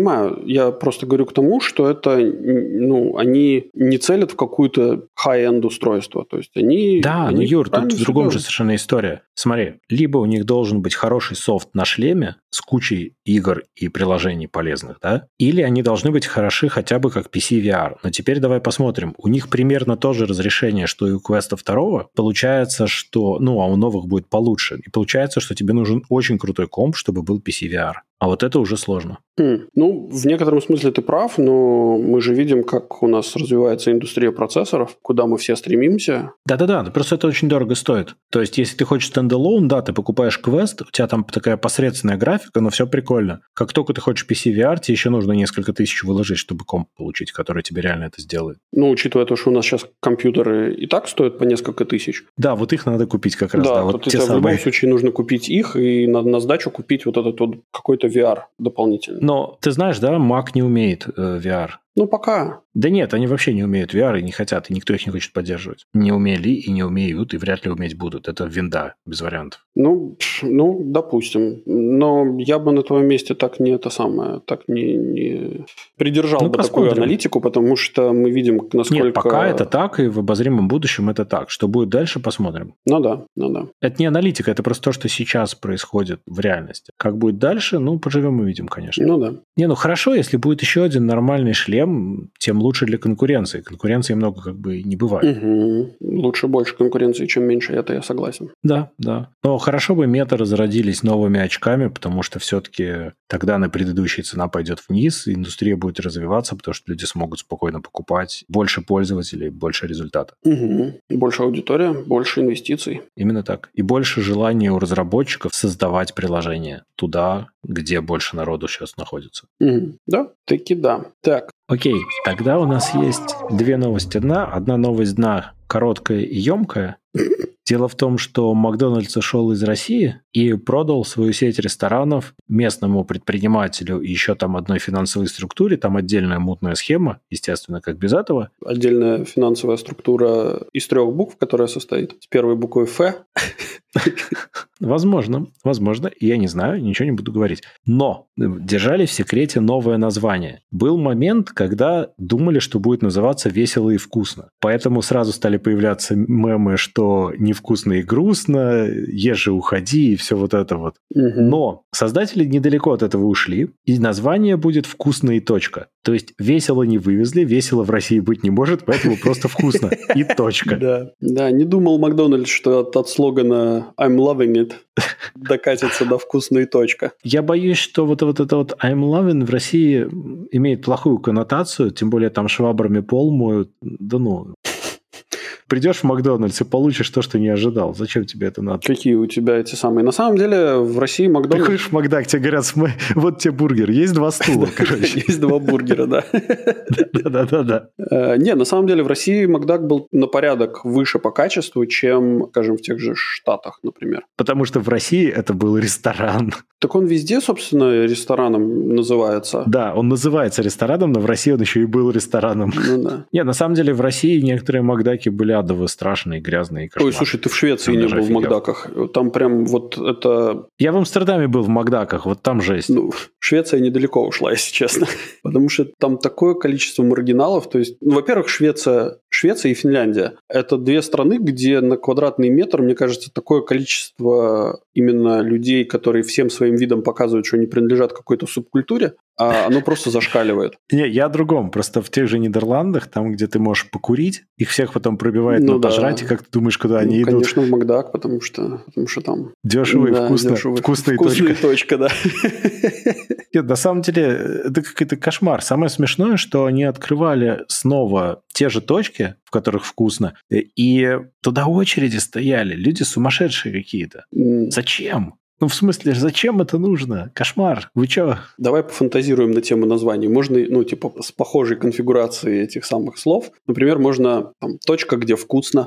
я просто говорю к тому, что это, ну, они не целят в какую-то high-end устройство. То есть они... Да, они ну, Юр, тут правильно в другом делают. же совершенно история. Смотри, либо у них должен быть хороший софт на шлеме с кучей игр и приложений полезных, да, или они должны быть хороши хотя бы как пи си ви ар. Но теперь давай посмотрим. У них примерно то же разрешение, что и у Quest два. Получается, что... Ну, а у новых будет получше. И получается, что тебе нужен очень крутой комп, чтобы был пи си ви ар. А вот это уже сложно. Хм. Ну, в некотором смысле ты прав, но мы же видим, как у нас развивается индустрия процессоров, куда мы все стремимся. Да-да-да, просто это очень дорого стоит. То есть, если ты хочешь стендалон, да, ты покупаешь Quest, у тебя там такая посредственная графика, но все прикольно. Как только ты хочешь пи си ви ар, тебе еще нужно несколько тысяч выложить, чтобы комп получить, который тебе реально это сделает. Ну, учитывая то, что у нас сейчас компьютеры и так стоят по несколько тысяч. Да, вот их надо купить как раз. Да, Да, вот вот тебе те в самые. любом случае нужно купить их, и надо на сдачу купить вот этот вот какой-то ви ар дополнительный. Но ты знаешь, да, Mac не умеет э, ви ар. Ну, пока. Да нет, они вообще не умеют ви ар и не хотят, и никто их не хочет поддерживать. Не умели и не умеют, и вряд ли уметь будут. Это винда, без вариантов. Ну, ну, допустим. Но я бы на твоем месте так не это самое, так не, не придержал Ну, бы посмотрим. такую аналитику, потому что мы видим, насколько... Нет, пока это так, и в обозримом будущем это так. Что будет дальше, посмотрим. Ну да, ну да. Это не аналитика, это просто то, что сейчас происходит в реальности. Как будет дальше, ну, поживем и увидим, конечно. Ну да. Не, ну хорошо, если будет еще один нормальный шлем, тем лучше для конкуренции. Конкуренции много как бы не бывает. Угу. Лучше больше конкуренции, чем меньше, это я согласен. Да, да. Но хорошо бы Мета разродились новыми очками, потому что все-таки тогда на предыдущая цена пойдет вниз, и индустрия будет развиваться, потому что люди смогут спокойно покупать больше пользователей, больше результата. Угу. Больше аудитория, больше инвестиций. Именно так. И больше желания у разработчиков создавать приложения туда, где больше народу сейчас находится. Угу. Да, таки да. Так. Окей, тогда у нас есть две новости дна. Одна новость дна короткая и емкая. Дело в том, что Макдональдс ушел из России и продал свою сеть ресторанов местному предпринимателю и еще там одной финансовой структуре. Там отдельная мутная схема, естественно, как без этого. Отдельная финансовая структура из трех букв, которая состоит с первой буквой Ф. Возможно, возможно, я не знаю, ничего не буду говорить. Но держали в секрете новое название. Был момент, когда думали, что будет называться «Весело и вкусно». Поэтому сразу стали появляться мемы, что невкусно и грустно, ешь и уходи, и все вот это вот. Угу. Но создатели недалеко от этого ушли, и название будет «Вкусно и точка». То есть весело не вывезли, весело в России быть не может, поэтому просто вкусно и точка. Да, да, не думал Макдональдс, что от, от слогана «I'm loving it» докатится до «вкусно и точка». Я боюсь, что вот, вот это вот «I'm loving» в России имеет плохую коннотацию, тем более там швабрами пол моют. Да ну... Придешь в Макдональдс и получишь то, что не ожидал. Зачем тебе это надо? Какие у тебя эти самые? На самом деле в России Макдональдс... Приходишь в Макдак, тебе говорят, вот тебе бургер, есть два стула, короче. Есть два бургера, да. Да-да-да. Не, на самом деле в России Макдак был на порядок выше по качеству, чем, скажем, в тех же Штатах, например. Потому что в России это был ресторан. Так он везде, собственно, рестораном называется. Да, он называется рестораном, но в России он еще и был рестораном. Ну да. Не, на самом деле в России некоторые Макдаки были адово страшные, грязные и кошмарные. Ой, слушай, ты в Швеции не был в Макдаках. Там прям вот это... Я в Амстердаме был в Макдаках, вот там жесть. Ну, Швеция недалеко ушла, если честно. Потому что там такое количество маргиналов. То есть, ну, во-первых, Швеция, Швеция и Финляндия – это две страны, где на квадратный метр, мне кажется, такое количество именно людей, которые всем своим видом показывают, что они принадлежат какой-то субкультуре, а оно просто зашкаливает. Не, я о другом. Просто в тех же Нидерландах, там, где ты можешь покурить, их всех потом пробивает ну, на да. пожрать, и как ты думаешь, куда они ну, идут? Конечно, в Макдак, потому что, потому что там... Дешево и да, вкусно. Дешево, Вкусная вкусная точка. точка, да. Нет, на самом деле, это какой-то кошмар. Самое смешное, что они открывали снова те же точки, в которых вкусно, и туда очереди стояли. Люди сумасшедшие какие-то. Mm. Зачем? Ну, в смысле, зачем это нужно? Кошмар. Вы чё? Давай пофантазируем на тему названий. Можно, ну, типа, с похожей конфигурацией этих самых слов. Например, можно там, точка, где вкусно.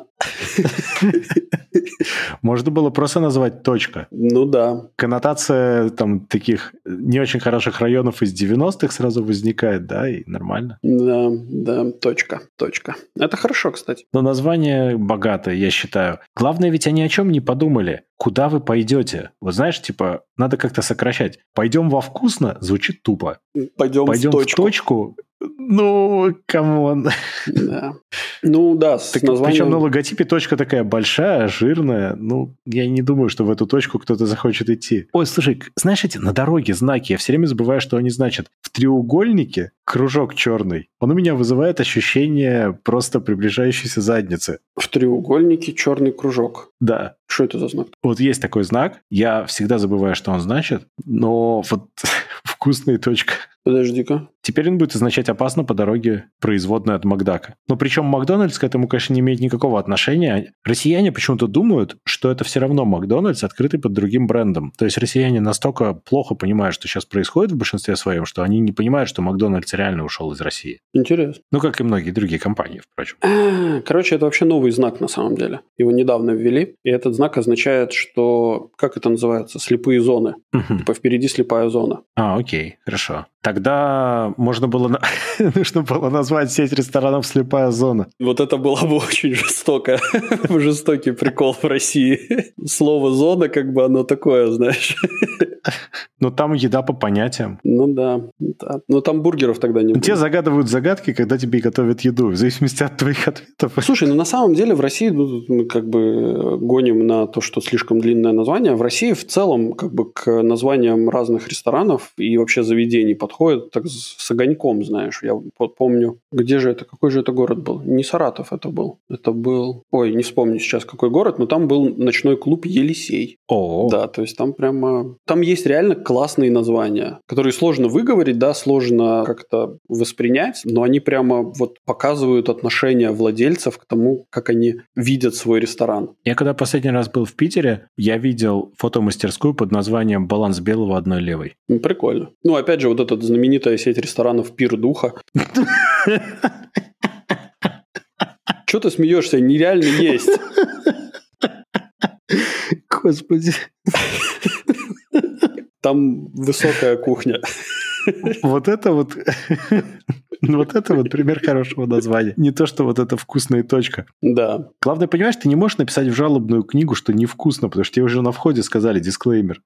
Можно было просто назвать точка. Ну да. Коннотация там таких не очень хороших районов из девяностых сразу возникает, да, и нормально. Да, да, точка, точка. Это хорошо, кстати. Но название богатое, я считаю. Главное, ведь они о чем не подумали. куда вы пойдете? Вот знаешь, типа, надо как-то сокращать. Пойдем во вкусно звучит тупо. Пойдем, Пойдем в точку. в точку. Ну, камон. Да. Ну, да, с так, названием... Причем на логотипе точка такая большая, жирная. Ну, я не думаю, что в эту точку кто-то захочет идти. Ой, слушай, знаешь эти на дороге знаки? Я все время забываю, что они значат. В треугольнике кружок черный. Он у меня вызывает ощущение просто приближающейся задницы. В треугольнике черный кружок. Да. Что это за знак? Вот есть такой знак. Я всегда забываю, что он значит. Но вот вкусная точка. Подожди-ка. Теперь он будет означать опасно по дороге, производной от Макдака. Но причем Макдональдс к этому, конечно, не имеет никакого отношения. Россияне почему-то думают, что это все равно Макдональдс, открытый под другим брендом. То есть россияне настолько плохо понимают, что сейчас происходит в большинстве своем, что они не понимают, что Макдональдс реально ушел из России. Интересно. Ну, как и многие другие компании, впрочем. А, короче, это вообще новый знак на самом деле. Его недавно ввели. И этот знак означает, что... Как это называется? Слепые зоны. Угу. Типа впереди слепая зона. А, окей, хорошо. Тогда можно было... Нужно было назвать сеть ресторанов «Слепая зона». Вот это было бы очень жестоко. Жестокий прикол в России. Слово «зона» как бы оно такое, знаешь. Ну, там еда по понятиям. Ну да. да. Но там бургеров тогда не будет. Те загадывают загадки, когда тебе готовят еду, в зависимости от твоих ответов. Слушай, ну на самом деле в России ну, мы как бы гоним на то, что слишком длинное название. В России в целом как бы к названиям разных ресторанов и вообще заведений подходит так с огоньком, знаешь. Я помню, где же это, какой же это город был? Не Саратов это был. Это был... Ой, не вспомню сейчас, какой город, но там был ночной клуб «Елисей». О, да, то есть там прямо... Там есть реально классные названия, которые сложно выговорить, да, сложно как-то воспринять, но они прямо вот показывают отношение владельцев к тому, как они видят свой ресторан. Я когда последний раз был в Питере, я видел фотомастерскую под названием «Баланс белого одной левой». Ну, прикольно. Ну, опять же, вот эта знаменитая сеть ресторанов «Пир духа». Чего ты смеешься? Нереально есть. Господи. Там высокая кухня. Вот это вот... Вот это вот пример хорошего названия. Не то, что вот это вкусная точка. Да. Главное, понимаешь, ты не можешь написать в жалобную книгу, что невкусно, потому что тебе уже на входе сказали дисклеймер.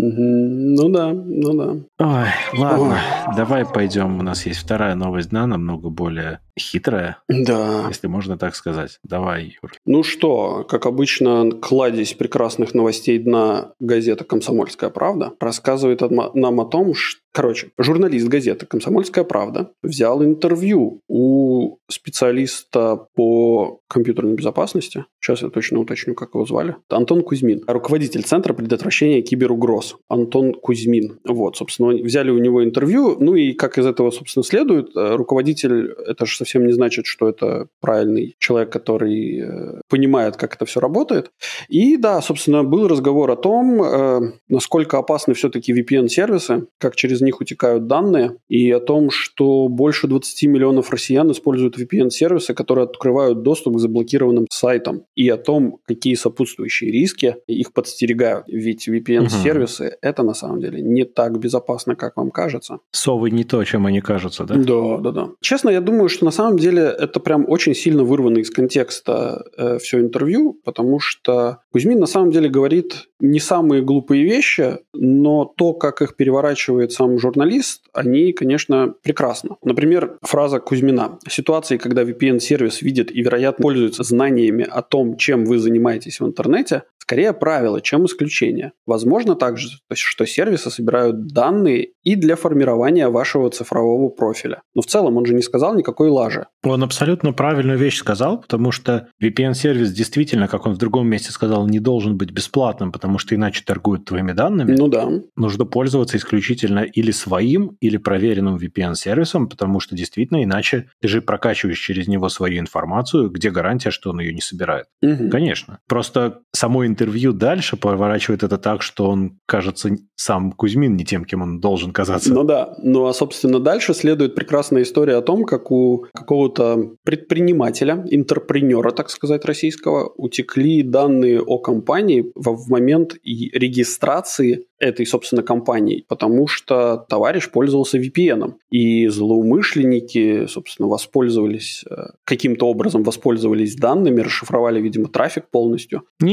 Ну да, ну да. Ой, ладно, Ой. Давай пойдем. У нас есть вторая новость дна, намного более хитрая. Да. Если можно так сказать. Давай, Юр. Ну что, как обычно, кладезь прекрасных новостей дна газета «Комсомольская правда» рассказывает нам о том, что Короче, журналист газеты «Комсомольская правда» взял интервью у специалиста по компьютерной безопасности. Сейчас я точно уточню, как его звали. Антон Кузьмин, руководитель Центра предотвращения киберугроз. Антон Кузьмин. Вот, собственно, взяли у него интервью. Ну и как из этого, собственно, следует, руководитель, это же совсем не значит, что это правильный человек, который понимает, как это все работает. И да, собственно, был разговор о том, насколько опасны все-таки ви пи эн-сервисы, как через них утекают данные, и о том, что больше двадцать миллионов россиян используют ви пи эн-сервисы, которые открывают доступ к заблокированным сайтам, и о том, какие сопутствующие риски их подстерегают. Ведь ви пи эн-сервисы угу. это на самом деле не так безопасно, как вам кажется. Совы не то, чем они кажутся, да? Да, да, да. Честно, я думаю, что на самом деле это прям очень сильно вырвано из контекста э, все интервью, потому что Кузьмин на самом деле говорит не самые глупые вещи, но то, как их переворачивает сам журналист, они, конечно, прекрасно. Например, фраза Кузьмина. Ситуации, когда ви пи эн-сервис видит и, вероятно, пользуется знаниями о том, чем вы занимаетесь в интернете, скорее правило, чем исключение. Возможно также, что сервисы собирают данные и для формирования вашего цифрового профиля. Но в целом он же не сказал никакой лажи. Он абсолютно правильную вещь сказал, потому что ви пи эн-сервис действительно, как он в другом месте сказал, не должен быть бесплатным, потому что иначе торгуют твоими данными. Ну да. Нужно пользоваться исключительно или своим, или проверенным ви пи эн-сервисом, потому что действительно иначе ты же прокачиваешь через него свою информацию, где гарантия, что он ее не собирает. Угу. Конечно. Просто само интервью дальше поворачивает это так, что он кажется сам Кузьмин не тем, кем он должен казаться. Ну да. Ну а, собственно, дальше следует прекрасная история о том, как у какого-то предпринимателя, интерпренера, так сказать, российского, утекли данные о компании в момент регистрации этой, собственно, компании, потому что товарищ пользовался ви пи эн. И злоумышленники, собственно, воспользовались, каким-то образом воспользовались данными, расшифровали, видимо, трафик полностью. Нет, так они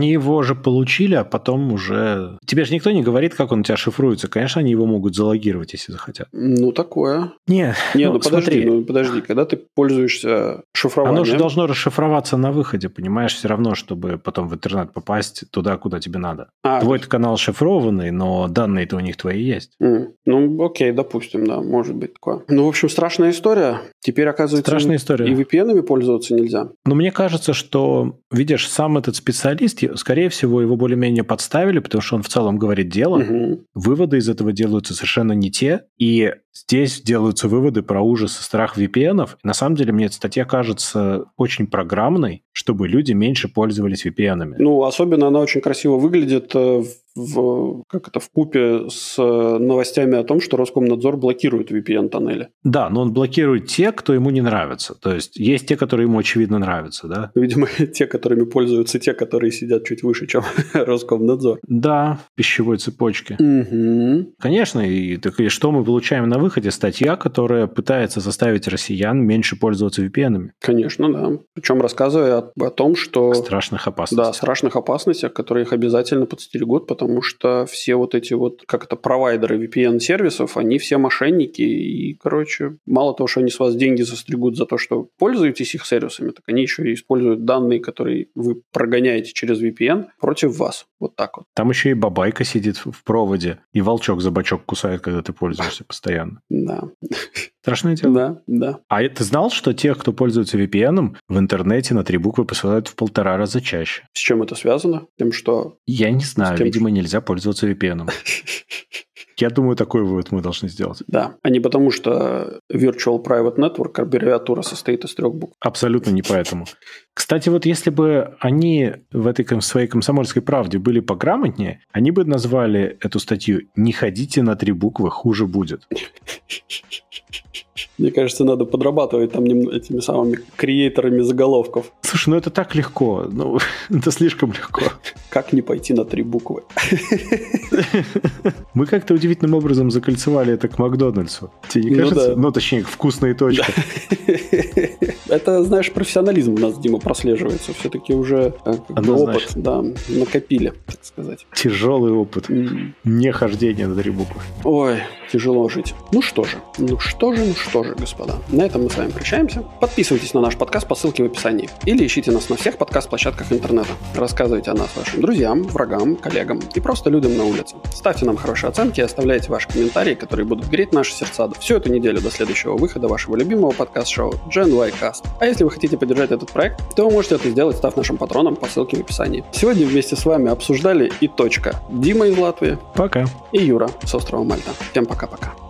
они его же получили, а потом уже... Тебе же никто не говорит, как он у тебя шифруется. Конечно, они его могут залогировать, если захотят. Ну, такое. Не, Не, ну, ну подожди, смотри. ну подожди. Когда ты пользуешься шифрованием... Оно же должно расшифроваться на выходе, понимаешь, все равно, чтобы потом в интернет попасть туда, куда тебе надо. А, Твой канал шифрованный, но данные-то у них твои есть. м, ну, окей, допустим, да, может быть такое. Ну, в общем, страшная история. Теперь, оказывается, Страшная история. и ви пи эн-ами пользоваться нельзя. Но мне кажется, что, видишь, сам этот специалист, скорее всего, его более-менее подставили, потому что он в целом говорит дело. Мгм. Выводы из этого делаются совершенно не те, и здесь делаются выводы про ужас и страх ви пи эн-ов. И на самом деле мне эта статья кажется очень программной, чтобы люди меньше пользовались ви пи эн-ами. Ну, особенно она очень красиво выглядит э, в, как это, в купе с э, новостями о том, что Роскомнадзор блокирует ви пи эн-тоннели. Да, но он блокирует те, кто ему не нравится. То есть есть те, которые ему очевидно нравятся, да? Видимо, те, которыми пользуются те, которые сидят чуть выше, чем Роскомнадзор. Да, в пищевой цепочке. Угу. Конечно, и, так, и что мы получаем на выходе? Статья, которая пытается заставить россиян меньше пользоваться ви пи эн-ами. Конечно, да. Причем рассказывая о, о том, что... О страшных Да, опасностях. страшных опасностях, которые их обязательно подстерегут, потому что все вот эти вот, как это, провайдеры ви пи эн-сервисов, они все мошенники, и, короче, мало того, что они с вас деньги застригут за то, что пользуетесь их сервисами, так они еще и используют данные, которые вы прогоняете через ви пи эн против вас. Вот так вот. Там еще и бабайка сидит в проводе, и волчок за бочок кусает, когда ты пользуешься постоянно. Да. Страшное дело. Да, да. А ты знал, что тех, кто пользуется ви пи эн, в интернете на три буквы посылают в полтора раза чаще? С чем это связано? Тем, что... Я не знаю, тем, видимо, нельзя пользоваться ви пи эн. Я думаю, такой вывод мы должны сделать. Да, а не потому, что Virtual Private Network, аббревиатура, состоит из трех букв. Абсолютно не поэтому. Кстати, вот если бы они в этой ком- своей комсомольской правде были пограмотнее, они бы назвали эту статью «Не ходите на три буквы, хуже будет». Мне кажется, надо подрабатывать там нем- этими самыми креаторами заголовков. Слушай, ну это так легко. Ну, это слишком легко. Как не пойти на три буквы? Мы как-то удивительным образом закольцевали это к Макдональдсу. Тебе не Ну кажется? да. Ну, точнее, к вкусной точке. Это, знаешь, профессионализм у нас, Дима, прослеживается. Все-таки уже э, как бы опыт, Однозначно. да, накопили, так сказать. Тяжелый опыт. М. Не хождение на три буквы. Ой, тяжело жить. Ну что же, ну что же, ну что же, господа. На этом мы с вами прощаемся. Подписывайтесь на наш подкаст по ссылке в описании. Или ищите нас на всех подкаст-площадках интернета. Рассказывайте о нас вашим друзьям, врагам, коллегам и просто людям на улице. Ставьте нам хорошие оценки и оставляйте ваши комментарии, которые будут греть наши сердца всю эту неделю до следующего выхода вашего любимого подкаст-шоу Gen Y Cast. А если вы хотите поддержать этот проект, то вы можете это сделать, став нашим патроном по ссылке в описании. Сегодня вместе с вами обсуждали и точка. Дима из Латвии Пока. и Юра с острова Мальта. Всем пока-пока.